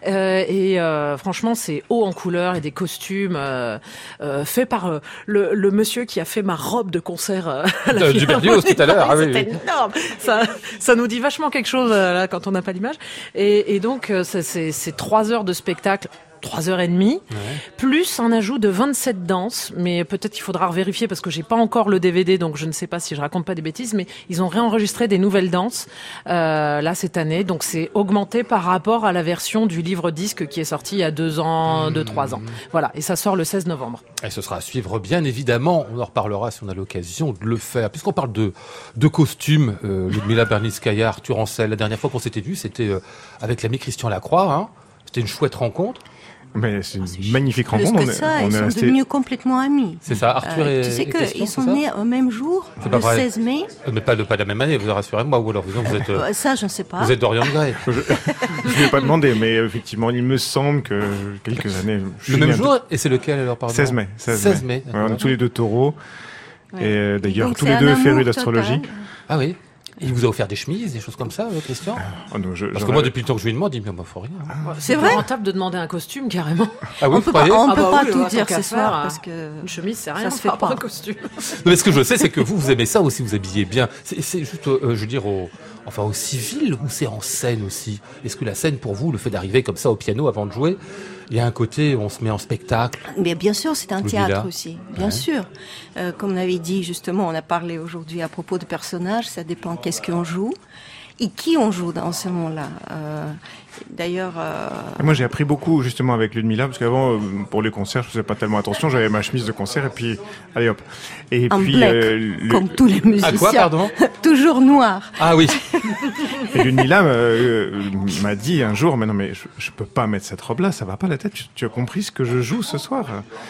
Ouais. Franchement, c'est haut en couleurs et des costumes faits par le monsieur qui a fait ma robe de concert à la Du Berlioz tout à l'heure. Ah, oui, c'était oui. énorme. Ça nous dit vachement quelque chose là quand on n'a pas l'image. Et donc c'est 3 heures de spectacle. 3h30, plus un ajout de 27 danses, mais peut-être qu'il faudra vérifier parce que j'ai pas encore le DVD, donc je ne sais pas si je raconte pas des bêtises, mais ils ont réenregistré des nouvelles danses là cette année, donc c'est augmenté par rapport à la version du livre disque qui est sorti il y a 2 ans, 3 ans. Voilà, et ça sort le 16 novembre. Et ce sera à suivre, bien évidemment. On en reparlera si on a l'occasion de le faire. Puisqu'on parle de costumes, Ludmilla Berlinskaya, Arthur Ancel, la dernière fois qu'on s'était vu, c'était avec l'ami Christian Lacroix. Hein. C'était une chouette rencontre. Mais c'est une magnifique Plus rencontre. que ça, ils sont devenus complètement amis. C'est ça, Arthur et tu sais Christian, qu'ils sont c'est ça nés au même jour, C'est pas le vrai. 16 mai. Mais pas la même année, vous rassurez-moi, ou alors vous êtes, Ça, je ne sais pas. vous êtes Dorian Gray. Je ne lui ai pas demandé, mais effectivement, il me semble que quelques années... je Le suis même né un jour, et c'est lequel alors, pardon? 16 mai. 16 mai. Ouais, on est tous les deux taureaux. Ouais. Et d'ailleurs, Donc, tous c'est les un deux amour férus total. d'astrologie. Ah oui. Il vous a offert des chemises, des choses comme ça, Christian? Oh, non, Parce que moi, depuis le temps que je lui demande, il me dit, mais faut rien. C'est vrai pas rentable de demander un costume carrément. Ah oui, On vous peut pas, croyez? on Ah peut bah pas oui, tout tant dire qu'à ce faire, soir hein. parce que Une chemise, c'est rien, se fait par rapport pas. au costume. Non, mais ce que je sais, c'est que vous aimez ça aussi, vous habillez bien. C'est juste, je veux dire, au civil ou c'est en scène aussi? Est-ce que la scène, pour vous, le fait d'arriver comme ça au piano avant de jouer, il y a un côté où on se met en spectacle? Mais bien sûr, c'est un Ludmilla. théâtre aussi, bien sûr. Comme on avait dit justement, on a parlé aujourd'hui à propos de personnages, ça dépend qu'est-ce qu'on joue et qui on joue dans ce moment-là. D'ailleurs... Moi, j'ai appris beaucoup justement avec Ludmilla, parce qu'avant, pour les concerts, je faisais pas tellement attention. J'avais ma chemise de concert et puis, allez hop. Et en puis, black, comme tous les musiciens. À quoi, pardon? Toujours noir. Ah oui. Et Ludmilla m'a dit un jour, mais non, mais je peux pas mettre cette robe-là, ça va pas la tête. Tu as compris ce que je joue ce soir?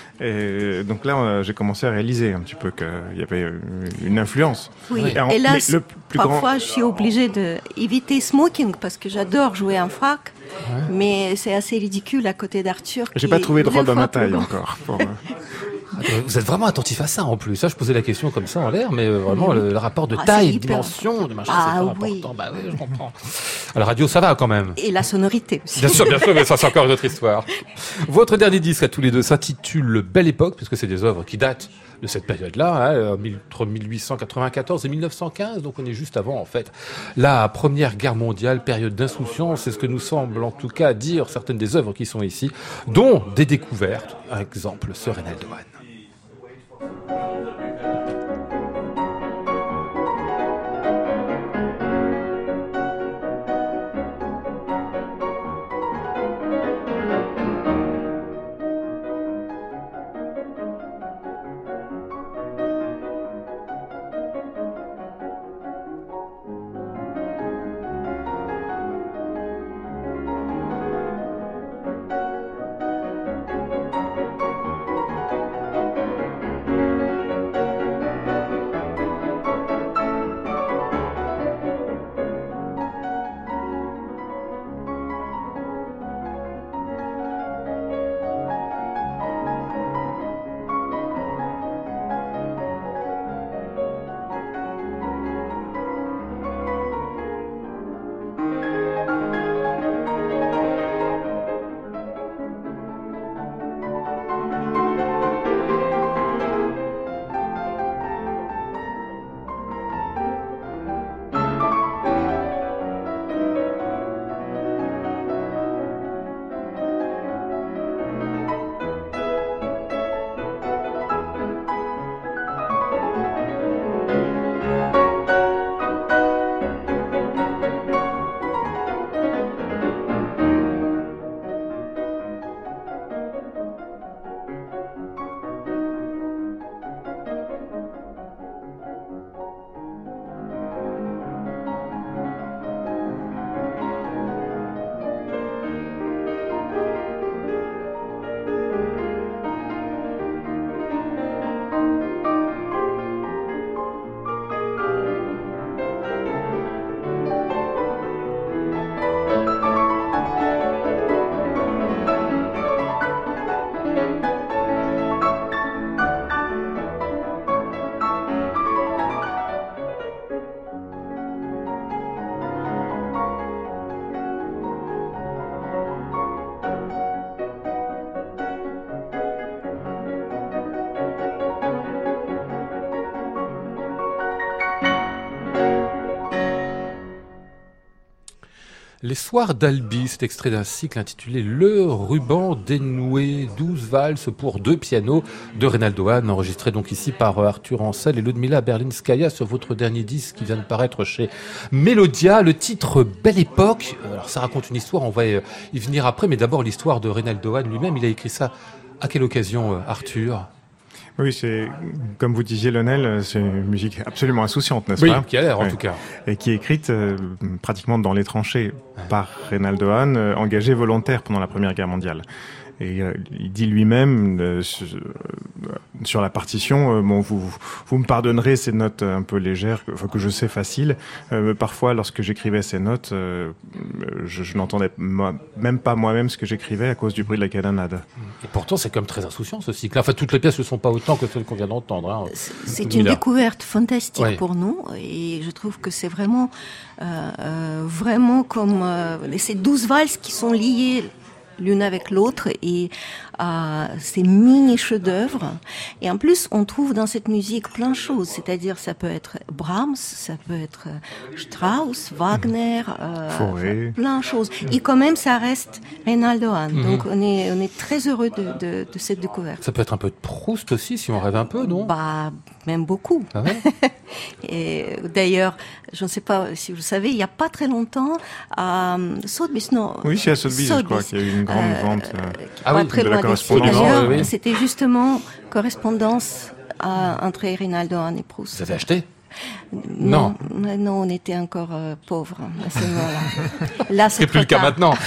Et donc là, j'ai commencé à réaliser un petit peu qu'il y avait une influence. Oui, Oui. et là, Mais le plus parfois, je suis obligée d'éviter smoking parce que j'adore jouer en frac. Mais c'est assez ridicule à côté d'Arthur. J'ai qui pas trouvé de est mille robe à fois ma plus taille grand. encore. Vous êtes vraiment attentif à ça en plus. Ça, je posais la question comme ça en l'air, mais vraiment le rapport de Ah, taille, c'est de hyper dimension, de machin, Ah, c'est pas oui. important. Bah oui, je comprends. À la radio, ça va quand même. Et la sonorité aussi. Bien sûr, mais ça c'est encore une autre histoire. Votre dernier disque à tous les deux s'intitule Belle Époque, puisque c'est des œuvres qui datent de cette période-là, hein, entre 1894 et 1915, donc on est juste avant en fait la Première Guerre mondiale, période d'insouciance, c'est ce que nous semble en tout cas dire certaines des œuvres qui sont ici, dont des découvertes, par exemple ce Reynaldo Hahn. Les soirs d'Albi, c'est extrait d'un cycle intitulé Le ruban dénoué, 12 valses pour 2 pianos de Reynaldo Hahn, enregistré donc ici par Arthur Ancel et Ludmila Berlinskaya sur votre dernier disque qui vient de paraître chez Melodia. Le titre Belle Époque, alors ça raconte une histoire, on va y venir après, mais d'abord l'histoire de Reynaldo Hahn lui-même. Il a écrit ça à quelle occasion, Arthur ? Oui, c'est, comme vous disiez, Lionel, c'est une musique absolument insouciante, n'est-ce Oui, pas? qui a l'air en tout cas. Et qui est écrite pratiquement dans les tranchées par Reynaldo Hahn, engagé volontaire pendant la Première Guerre mondiale. Et il dit lui-même sur la partition, bon, vous me pardonnerez ces notes un peu légères, que je sais faciles. Parfois, lorsque j'écrivais ces notes, je n'entendais même pas moi-même ce que j'écrivais à cause du bruit de la canonnade. Et pourtant, c'est comme très insouciant ce cycle. Enfin, toutes les pièces ne sont pas autant que celles qu'on vient d'entendre. Hein. C'est une découverte fantastique pour nous, et je trouve que c'est vraiment comme ces 12 valses qui sont liées l'une avec l'autre, et ces mini chefs-d'œuvre. Et en plus, on trouve dans cette musique plein de choses. C'est-à-dire, ça peut être Brahms, ça peut être Strauss, Wagner, plein de choses. Et quand même, ça reste Reynaldo Hahn. Donc, on est très heureux de cette découverte. Ça peut être un peu de Proust aussi, si on rêve un peu, non? Même beaucoup. Ah ouais. Et d'ailleurs, je ne sais pas si vous le savez, il n'y a pas très longtemps, à Sotheby's, non. Oui, c'est à Sotheby's, je crois qu'il y a eu une grande vente. Très de loin la correspondance. D'ailleurs, c'était justement correspondance entre Reynaldo Hahn et Proust. Vous avez acheté? Non, on était encore pauvres à ce moment-là. Là, c'est plus le cas maintenant.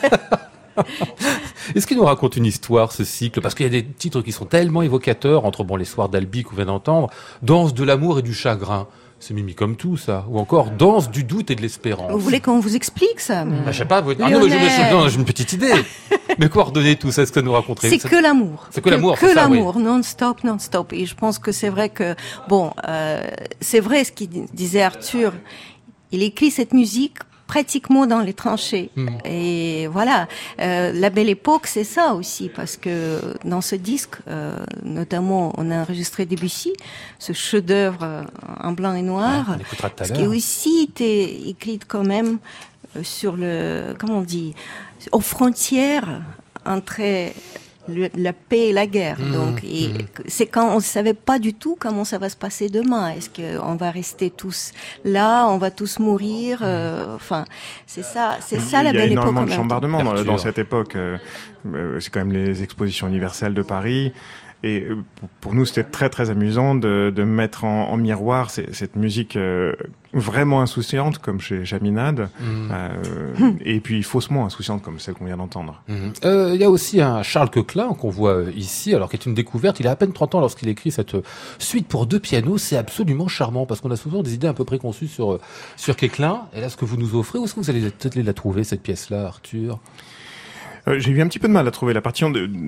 Est-ce qu'il nous raconte une histoire, ce cycle? Parce qu'il y a des titres qui sont tellement évocateurs, entre les soirs d'Albi qu'on vient d'entendre, Danse de l'amour et du chagrin. C'est Mimi comme tout, ça. Ou encore Danse du doute et de l'espérance. Vous voulez qu'on vous explique ça? Je sais pas. Non, j'ai une petite idée. Mais coordonner tout ça, est-ce que nous raconterez? C'est que l'amour. C'est que l'amour. Que l'amour, non-stop. Et je pense que c'est vrai que, c'est vrai ce qu'il disait Arthur. Il écrit cette musique pratiquement dans les tranchées. Et voilà, la Belle Époque, c'est ça aussi, parce que dans ce disque, notamment, on a enregistré Debussy, ce chef-d'œuvre en blanc et noir, on écoutera tout à l'heure. qui aussi était écrit quand même sur aux frontières entre la paix et la guerre. Donc, c'est quand on ne savait pas du tout comment ça va se passer demain. Est-ce qu'on va rester tous là, on va tous mourir? C'est ça la Belle Époque. Il y a énormément de chambardements dans cette époque. C'est quand même les expositions universelles de Paris. Et pour nous, c'était très très amusant de mettre en miroir cette musique vraiment insouciante, comme chez Chaminade, et puis faussement insouciante, comme celle qu'on vient d'entendre. Il y a aussi un Charles Coquelin qu'on voit ici, alors qui est une découverte. Il a à peine 30 ans lorsqu'il écrit cette suite pour 2 pianos. C'est absolument charmant, parce qu'on a souvent des idées un peu préconçues sur Coquelin. Et là, ce que vous nous offrez, où est-ce que vous allez peut-être la trouver, cette pièce-là, Arthur? J'ai eu un petit peu de mal à trouver la partition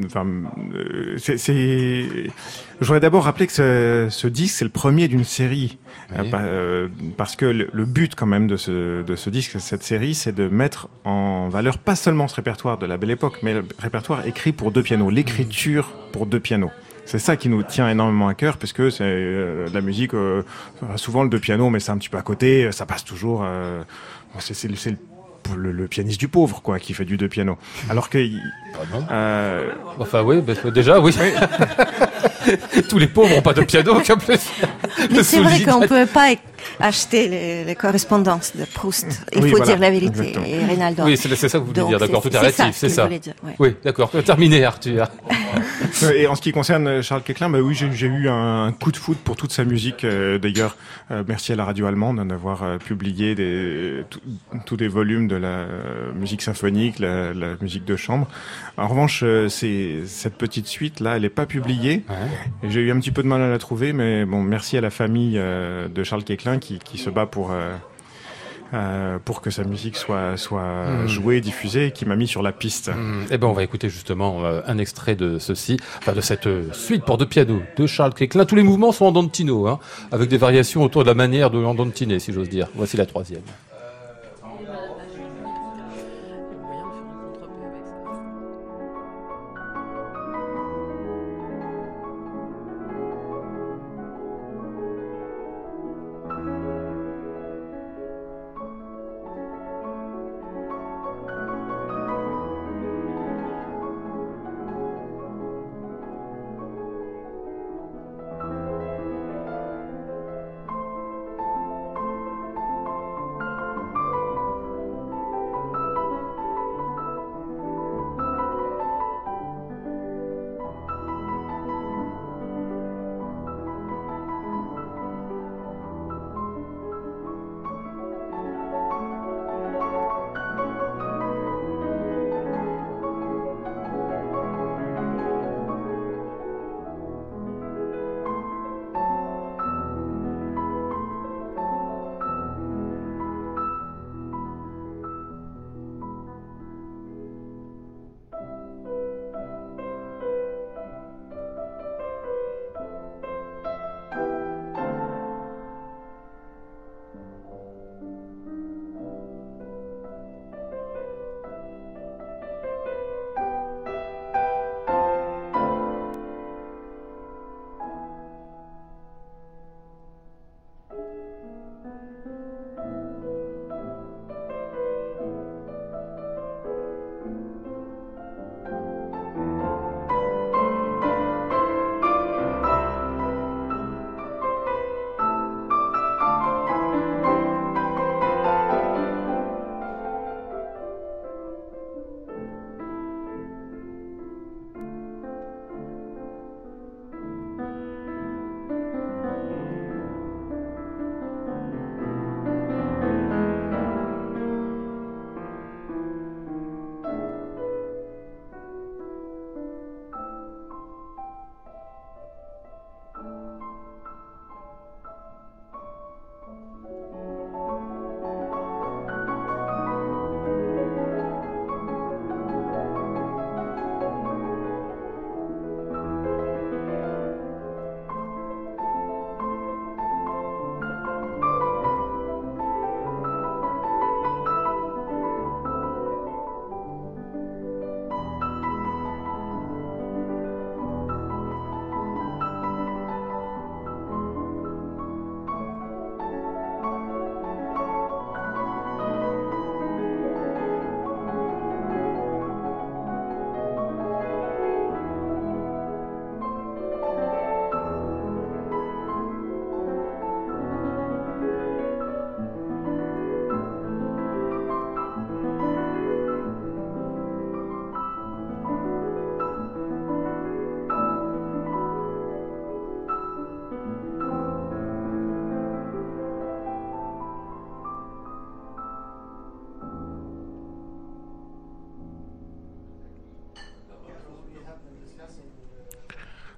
je voudrais d'abord rappeler que ce disque, c'est le premier d'une série. Oui. Parce que le but, quand même, de ce disque, cette série, c'est de mettre en valeur pas seulement ce répertoire de la Belle Époque, mais le répertoire écrit pour 2 pianos, l'écriture pour 2 pianos. C'est ça qui nous tient énormément à cœur, puisque c'est de la musique, souvent le 2 pianos, mais c'est un petit peu à côté, ça passe toujours, c'est le pianiste du pauvre, quoi, qui fait du 2 pianos. Alors que... Enfin, oui, déjà, oui. Tous les pauvres n'ont pas de piano, qu'en plus. Mais c'est vrai qu'on ne peut pas acheter les correspondances de Proust. Il faut dire la vérité. Et Reynaldo. Oui, c'est ça que vous voulez dire, d'accord, tout est relatif, c'est ça. Oui, d'accord, terminé, Arthur. Et en ce qui concerne Charles Coquelin, oui, j'ai eu un coup de foudre pour toute sa musique. D'ailleurs, merci à la radio allemande d'avoir publié tous des volumes de la musique symphonique, la musique de chambre. En revanche, cette petite suite-là, elle n'est pas publiée. Et j'ai eu un petit peu de mal à la trouver, mais bon, merci à la famille de Charles Coquelin qui se bat pour que sa musique soit jouée, diffusée, et qui m'a mis sur la piste. Eh ben, on va écouter justement un extrait de ceci, de cette suite pour 2 pianos de Charles Coquelin. Tous les mouvements sont andantino, avec des variations autour de la manière de andantiner, si j'ose dire. Voici la 3e.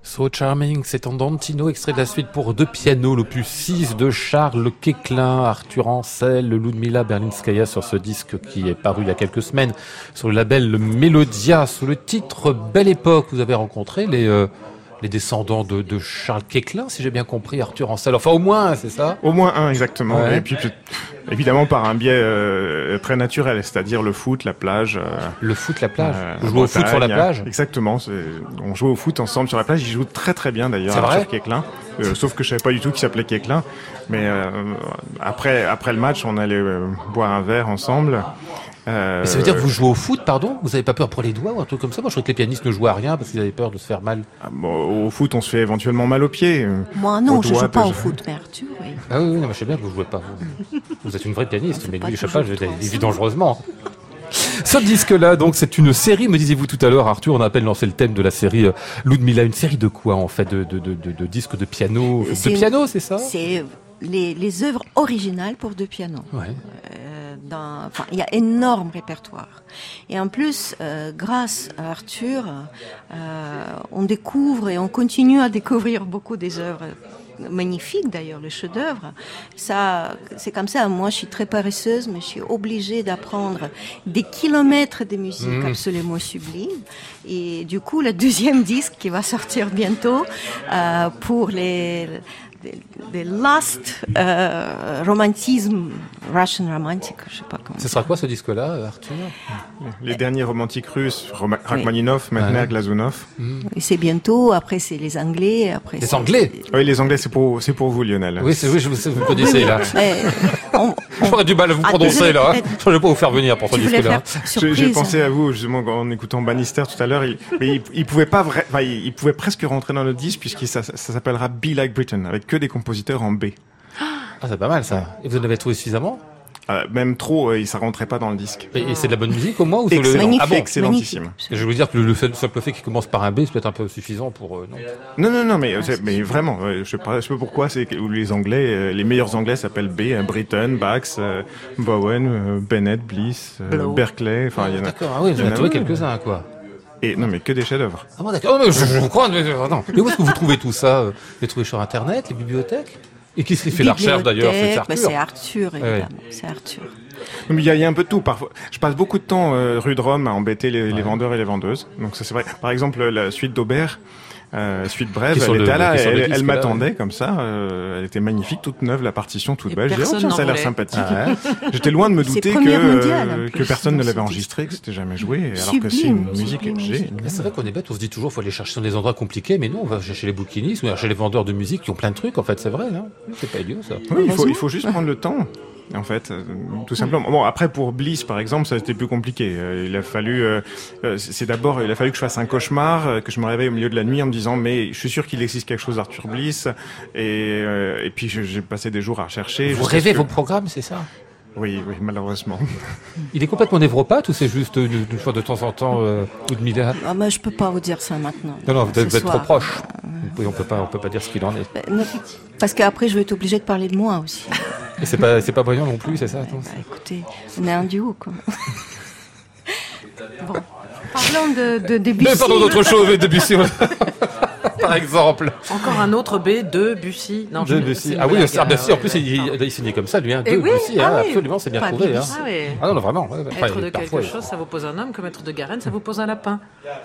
So Charming, c'est Andantino, extrait de la suite pour deux pianos, l'opus 6 de Charles Quéclin, Arthur Ancel, Ludmila Berlinskaya sur ce disque qui est paru il y a quelques semaines sur le label Melodia, sous le titre Belle Époque. Vous avez rencontré les descendants de Charles Quéclin, si j'ai bien compris, Arthur Ancel. Enfin, au moins, c'est ça? Au moins un, exactement. Ouais. Et puis, évidemment, par un biais très naturel, c'est-à-dire le foot, la plage. Le foot, la plage. Vous en jouez au foot sur la Bretagne. plage? Exactement. On joue au foot ensemble sur la plage. Il joue très très bien d'ailleurs, C'est vrai Arthur Quéclin. Sauf que je savais pas du tout qu'il s'appelait Quéclin. Mais après le match, on allait boire un verre ensemble. Mais ça veut dire que vous jouez au foot, pardon? Vous avez pas peur pour les doigts ou un truc comme ça? Moi, je croyais que les pianistes ne jouaient à rien parce qu'ils avaient peur de se faire mal. Au foot, on se fait éventuellement mal aux pieds. Moi, non, Au je doigt, joue pas au peut-être. foot, mais Arthur, oui. Ah oui, non, mais je sais bien que vous jouez pas. Vous êtes une vraie pianiste, mais pas lui, je sais toujours pas, trop, il vit dangereusement. Ce disque-là, donc, c'est une série, me disiez-vous tout à l'heure, Arthur, on a à peine lancé le thème de la série Ludmila. Une série de quoi, en fait? De disques de piano? De piano, c'est ça? C'est les œuvres originales pour deux pianos. Ouais. Il y a énorme répertoire. Et en plus, grâce à Arthur, on découvre et on continue à découvrir beaucoup des œuvres magnifiques d'ailleurs, les chefs-d'œuvre. Ça, c'est comme ça. Moi, je suis très paresseuse, mais je suis obligée d'apprendre des kilomètres de musique absolument sublime. Et du coup, le deuxième disque qui va sortir bientôt pour les last romantisme, Russian romantic, je sais pas comment. Ce sera quoi ce disque-là, Arthur? Les derniers romantiques russes, Rachmaninov, Medner, Glazunov. Et c'est bientôt, après c'est les Anglais, après Les c'est- Anglais? Oui, les Anglais, c'est pour vous, Lionel. Oui, vous connaissez, là. on- J'aurais du mal à vous Ah, prononcer, désolé, là. peut-être. Je ne vais pas vous faire venir pour ce Tu voulais disque-là. faire surprise. J'ai pensé à vous justement en écoutant Bannister tout à l'heure. Il pouvait pas il pouvait presque rentrer dans le disque puisque ça s'appellera Be Like Britain avec que des compositeurs en B. Ah, c'est pas mal, ça. Et vous en avez trouvé suffisamment? Même trop, ça rentrait pas dans le disque. Et c'est de la bonne musique, au moins, ou sur le... Excellent, Magnifique. Ah bon? excellentissime. Magnifique. Je vais vous dire que le simple fait qu'il commence par un B, c'est peut-être un peu suffisant pour... non. Non, mais vraiment, je sais pas pourquoi c'est que les Anglais, les meilleurs Anglais s'appellent B, Britten, Bax, Bowen, Bennett, Bliss, Blow. Berkeley, enfin il y en a. D'accord, ah oui, vous en il y en avez a trouvé beaucoup. quelques-uns, quoi. Et non, mais que des chefs-d'œuvre. Ah bon, d'accord. Oh, mais je vous crois, mais non. Mais où est-ce que vous trouvez tout ça? Vous les trouvez sur Internet, les bibliothèques? Et qui se fait la recherche, d'ailleurs? C'est Bibliothèque, Arthur. c'est Arthur, évidemment. Ouais. C'est Arthur. Mais il y a un peu de tout. Parfois, je passe beaucoup de temps rue de Rome à embêter les vendeurs et les vendeuses. Donc ça c'est vrai. Par exemple, la suite d'Aubert, suite brève, Qui est sur elle le- était là, qui est sur le elle disque, m'attendait là, comme ça. Elle était magnifique, toute neuve, la partition toute Et belle. J'ai dit, oh, personne tiens, n'en ça a l'air voulait. sympathique. Ouais. J'étais loin de me C'est douter première mondiale, en que plus, personne ne dans l'avait ce enregistré, que c'était jamais joué, alors que Sublime, c'est une musique sublime géniale. C'est vrai qu'on est bête, on se dit toujours, faut aller chercher dans des endroits compliqués, mais non, on va chercher les bouquinistes, ou chez les vendeurs de musique qui ont plein de trucs, en fait, c'est vrai, hein. C'est pas idiot, ça. Oui, il faut juste prendre le temps. En fait, tout simplement. Bon, après pour Bliss, par exemple, ça a été plus compliqué. Il a fallu que je fasse un cauchemar, que je me réveille au milieu de la nuit en me disant, mais je suis sûr qu'il existe quelque chose d'Arthur Bliss. Et puis j'ai passé des jours à rechercher. Vous jusqu'à rêvez ce que- vos programmes, c'est ça? Oui, malheureusement. Il est complètement névropathe ou c'est juste une fois de temps en temps Ludmila? Ah, mais je peux pas vous dire ça maintenant. Non, vous Ce êtes trop soir. proche. Oui, on peut pas dire ce qu'il en est. Non, parce qu'après, je vais être obligée de parler de moi aussi. Et c'est pas brillant non plus, c'est ça? attends. Bah, écoutez, on est un duo, quoi. Bon, parlons de Debussy. Mais pardon d'autre chose, mais Debussy, par exemple. Encore un autre B de Bussy. Non, c'est Debussy. une Ah oui, blague, ça, Debussy, en ouais. plus, il signait comme ça, lui, hein. Eh oui, Debussy, ah hein, oui. absolument, c'est bien Pas trouvé, hein. Debussy. Ah oui. Ah non, vraiment. Ouais, enfin, Être de parfois, quelque chose, ça vous pose un homme, comme être de Garenne, ça vous pose un lapin.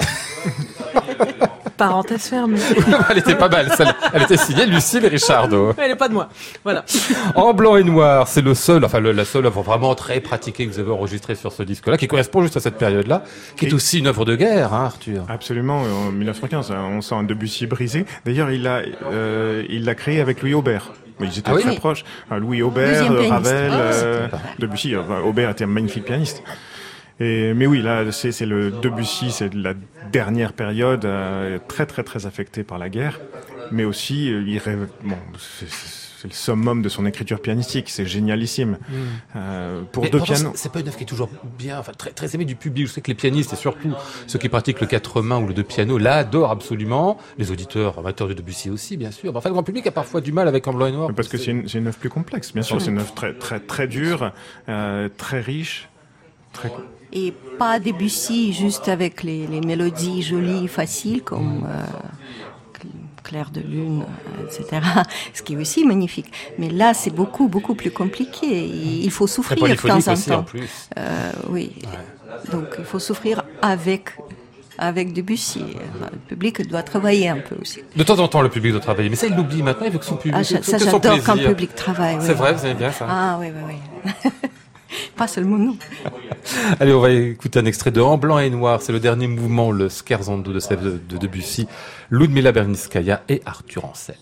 Parenthèse fermée. Elle était pas mal, celle. Elle était signée Lucille Richardo. Elle n'est pas de moi. Voilà. En blanc et noir, c'est le seul, enfin la seule œuvre vraiment très pratiquée que vous avez enregistrée sur ce disque-là, qui correspond juste à cette période-là, qui est Et- aussi une œuvre de guerre, hein, Arthur. Absolument, en 1915, on sent un Debussy brisé. D'ailleurs, il l'a créé avec Louis Aubert. Mais ils étaient Ah oui? très proches. Louis Aubert, Deuxième pianiste. Ravel, Ah, c'est pas mal. Debussy. Aubert était un magnifique pianiste. Mais oui, là, c'est le Debussy, c'est de la dernière période très très très affectée par la guerre, mais aussi il rêve. Bon, c'est le summum de son écriture pianistique, c'est génialissime. Pour Mais deux pourtant, pianos. c'est pas une œuvre qui est toujours bien, enfin très, très aimée du public. Je sais que les pianistes et surtout ceux qui pratiquent le 4 mains ou le 2 piano l'adorent absolument. Les auditeurs amateurs de Debussy aussi, bien sûr. Enfin, le grand public a parfois du mal avec En blanc et noir. Parce que c'est une œuvre plus complexe, bien sûr. C'est une œuvre très très très dure, très riche, très. Et pas Debussy juste avec les mélodies jolies, faciles, comme clair de lune, etc. Ce qui est aussi magnifique. Mais là, c'est beaucoup, beaucoup plus compliqué. Il faut souffrir de temps en temps. En plus. Oui. Donc, il faut souffrir avec Debussy. Le public doit travailler un peu aussi. De temps en temps, le public doit travailler. Mais ça, il l'oublie maintenant. Il veut que son public, ça, que son j'adore plaisir. quand le public travaille. C'est vrai, vous aimez bien ça. Ah oui, oui, oui. Pas seulement nous. Allez, on va écouter un extrait de En blanc et noir. C'est le dernier mouvement, le Scherzando de Debussy, Ludmila Berlinskaya et Arthur Ancel.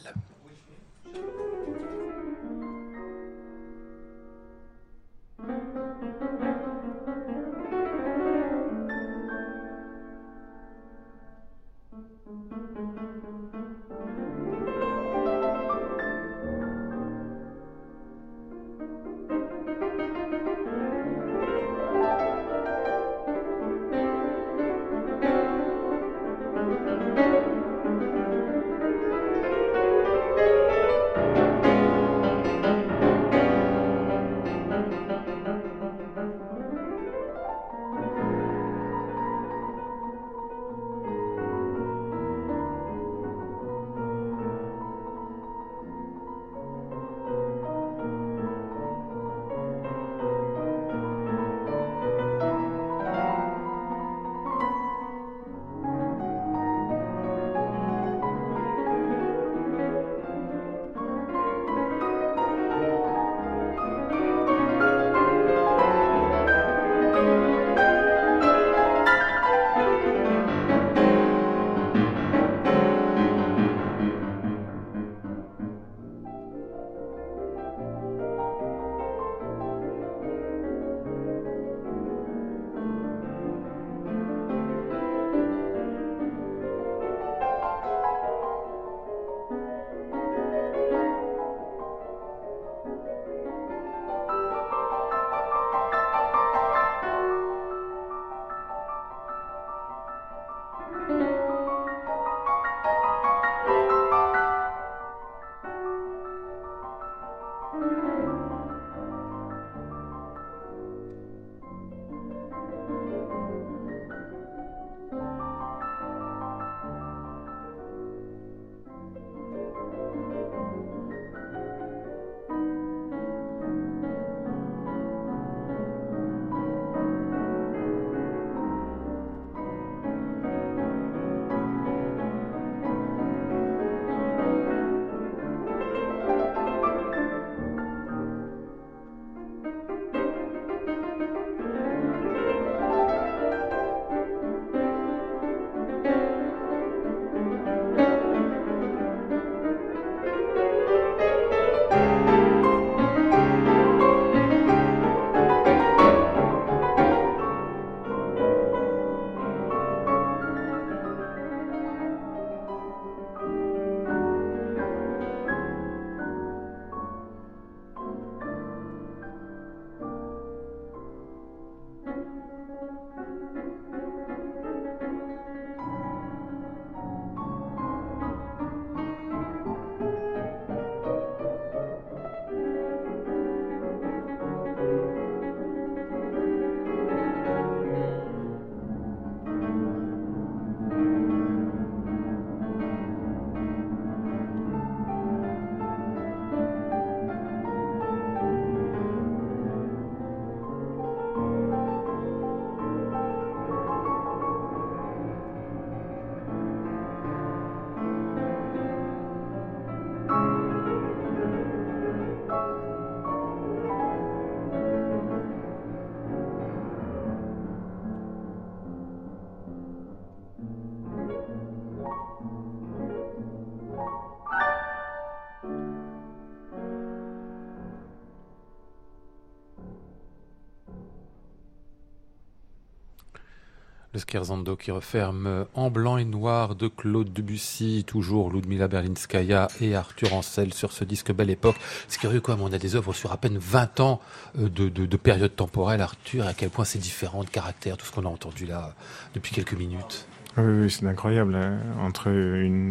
Le Scherzando qui referme En blanc et noir de Claude Debussy, toujours Ludmila Berlinskaya et Arthur Ancel sur ce disque Belle Époque. C'est curieux quand même, on a des œuvres sur à peine 20 ans de période temporelle, Arthur, et à quel point c'est différent de caractère, tout ce qu'on a entendu là depuis quelques minutes. Oui, c'est incroyable, hein, entre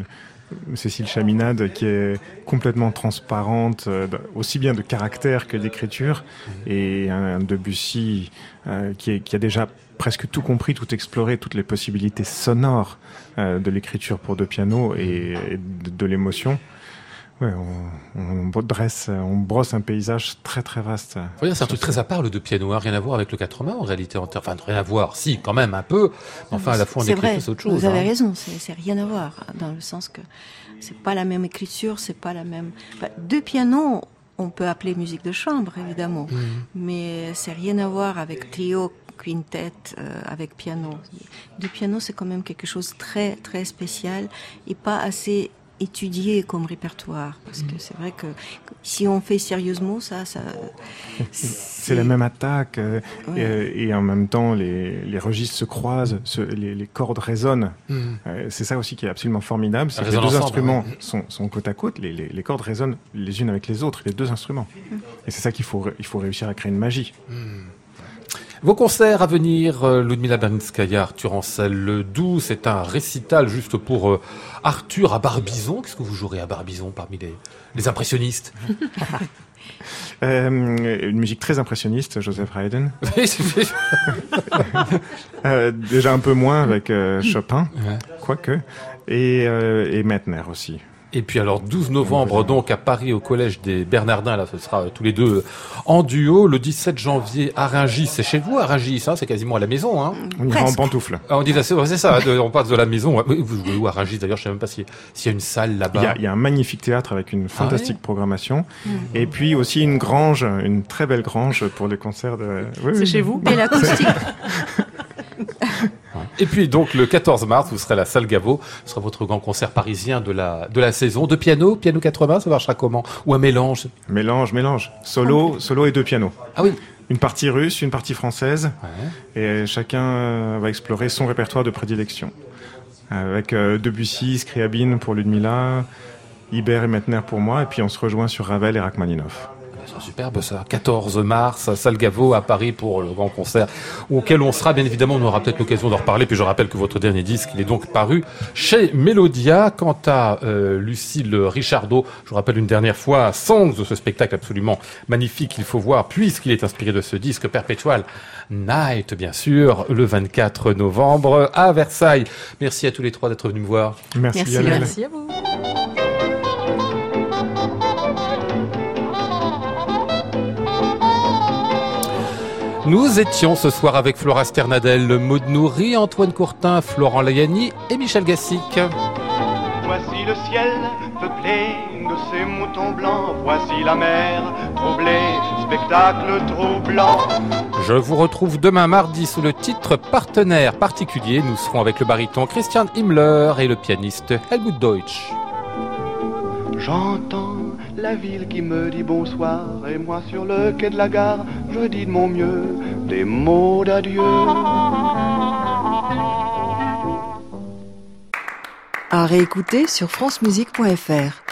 Cécile Chaminade, qui est complètement transparente, aussi bien de caractère que d'écriture, et un Debussy qui a déjà presque tout compris, tout exploré, toutes les possibilités sonores de l'écriture pour deux pianos et de l'émotion. Ouais, on brosse un paysage très très vaste. Faut dire, c'est un truc très à part, le deux pianos, hein, rien à voir avec le 4 mains en réalité. Enfin, rien à voir, si, quand même un peu. Mais enfin, à la fois en écriture, c'est autre chose. Vous avez raison, c'est rien à voir, dans le sens que c'est pas la même écriture, c'est pas la même. Deux pianos, on peut appeler musique de chambre, évidemment, mais c'est rien à voir avec trio, quintet, avec piano. Deux pianos, c'est quand même quelque chose de très très spécial et pas assez étudié comme répertoire, parce que c'est vrai que si on fait sérieusement ça c'est la même attaque, et en même temps les registres se croisent, les cordes résonnent. C'est ça aussi qui est absolument formidable, c'est que les deux instruments sont côte à côte, les cordes résonnent les unes avec les autres, les deux instruments. Et c'est ça qu'il faut réussir à créer une magie. Vos concerts à venir, Ludmila Berlinskaya, Arthur Ancel, le 12, c'est un récital juste pour Arthur à Barbizon. Qu'est-ce que vous jouerez à Barbizon parmi les impressionnistes? Une musique très impressionniste, Joseph Haydn. Déjà un peu moins avec Chopin, quoique, et Mettner aussi. Et puis alors 12 novembre donc à Paris au collège des Bernardins, là ce sera tous les deux en duo. Le 17 janvier à Rungis, c'est chez vous à Rungis, hein, c'est quasiment à la maison. Hein. On ira en pantoufles. On dit c'est ça, on passe de la maison. Vous jouez où à Rungis d'ailleurs, je sais même pas s'il y a une salle là-bas. Il y a un magnifique théâtre avec une fantastique programmation, et puis aussi une grange, une très belle grange pour les concerts de... C'est chez vous. Et l'acoustique. Et puis donc le 14 mars, vous serez à la salle Gaveau. Ce sera votre grand concert parisien de la saison. Deux pianos, piano 80, ça marchera comment? Ou un mélange? Mélange. Solo et deux pianos. Ah oui. Une partie russe, une partie française. Et chacun va explorer son répertoire de prédilection. Avec Debussy, Scriabine pour Ludmila, Ibert et Mettner pour moi. Et puis on se rejoint sur Ravel et Rachmaninoff. C'est superbe ça, 14 mars, salle Gaveau à Paris pour le grand concert auquel on sera, bien évidemment, on aura peut-être l'occasion d'en reparler, puis je rappelle que votre dernier disque, il est donc paru chez Melodia. Quant à Lucille Richardot, je vous rappelle une dernière fois, Songs de ce spectacle absolument magnifique qu'il faut voir, puisqu'il est inspiré de ce disque Perpetual Night, bien sûr, le 24 novembre à Versailles. Merci à tous les trois d'être venus me voir. Merci. Merci à vous. Nous étions ce soir avec Flora Sternadel, Maud Nourri, Antoine Courtin, Florent Layani et Michel Gassic. Voici le ciel peuplé de ces moutons blancs. Voici la mer troublée, spectacle troublant. Je vous retrouve demain mardi sous le titre Partenaire particulier. Nous serons avec le baryton Christian Himmler et le pianiste Helmut Deutsch. J'entends la ville qui me dit bonsoir, et moi sur le quai de la gare, je dis de mon mieux des mots d'adieu. À réécouter sur francemusique.fr.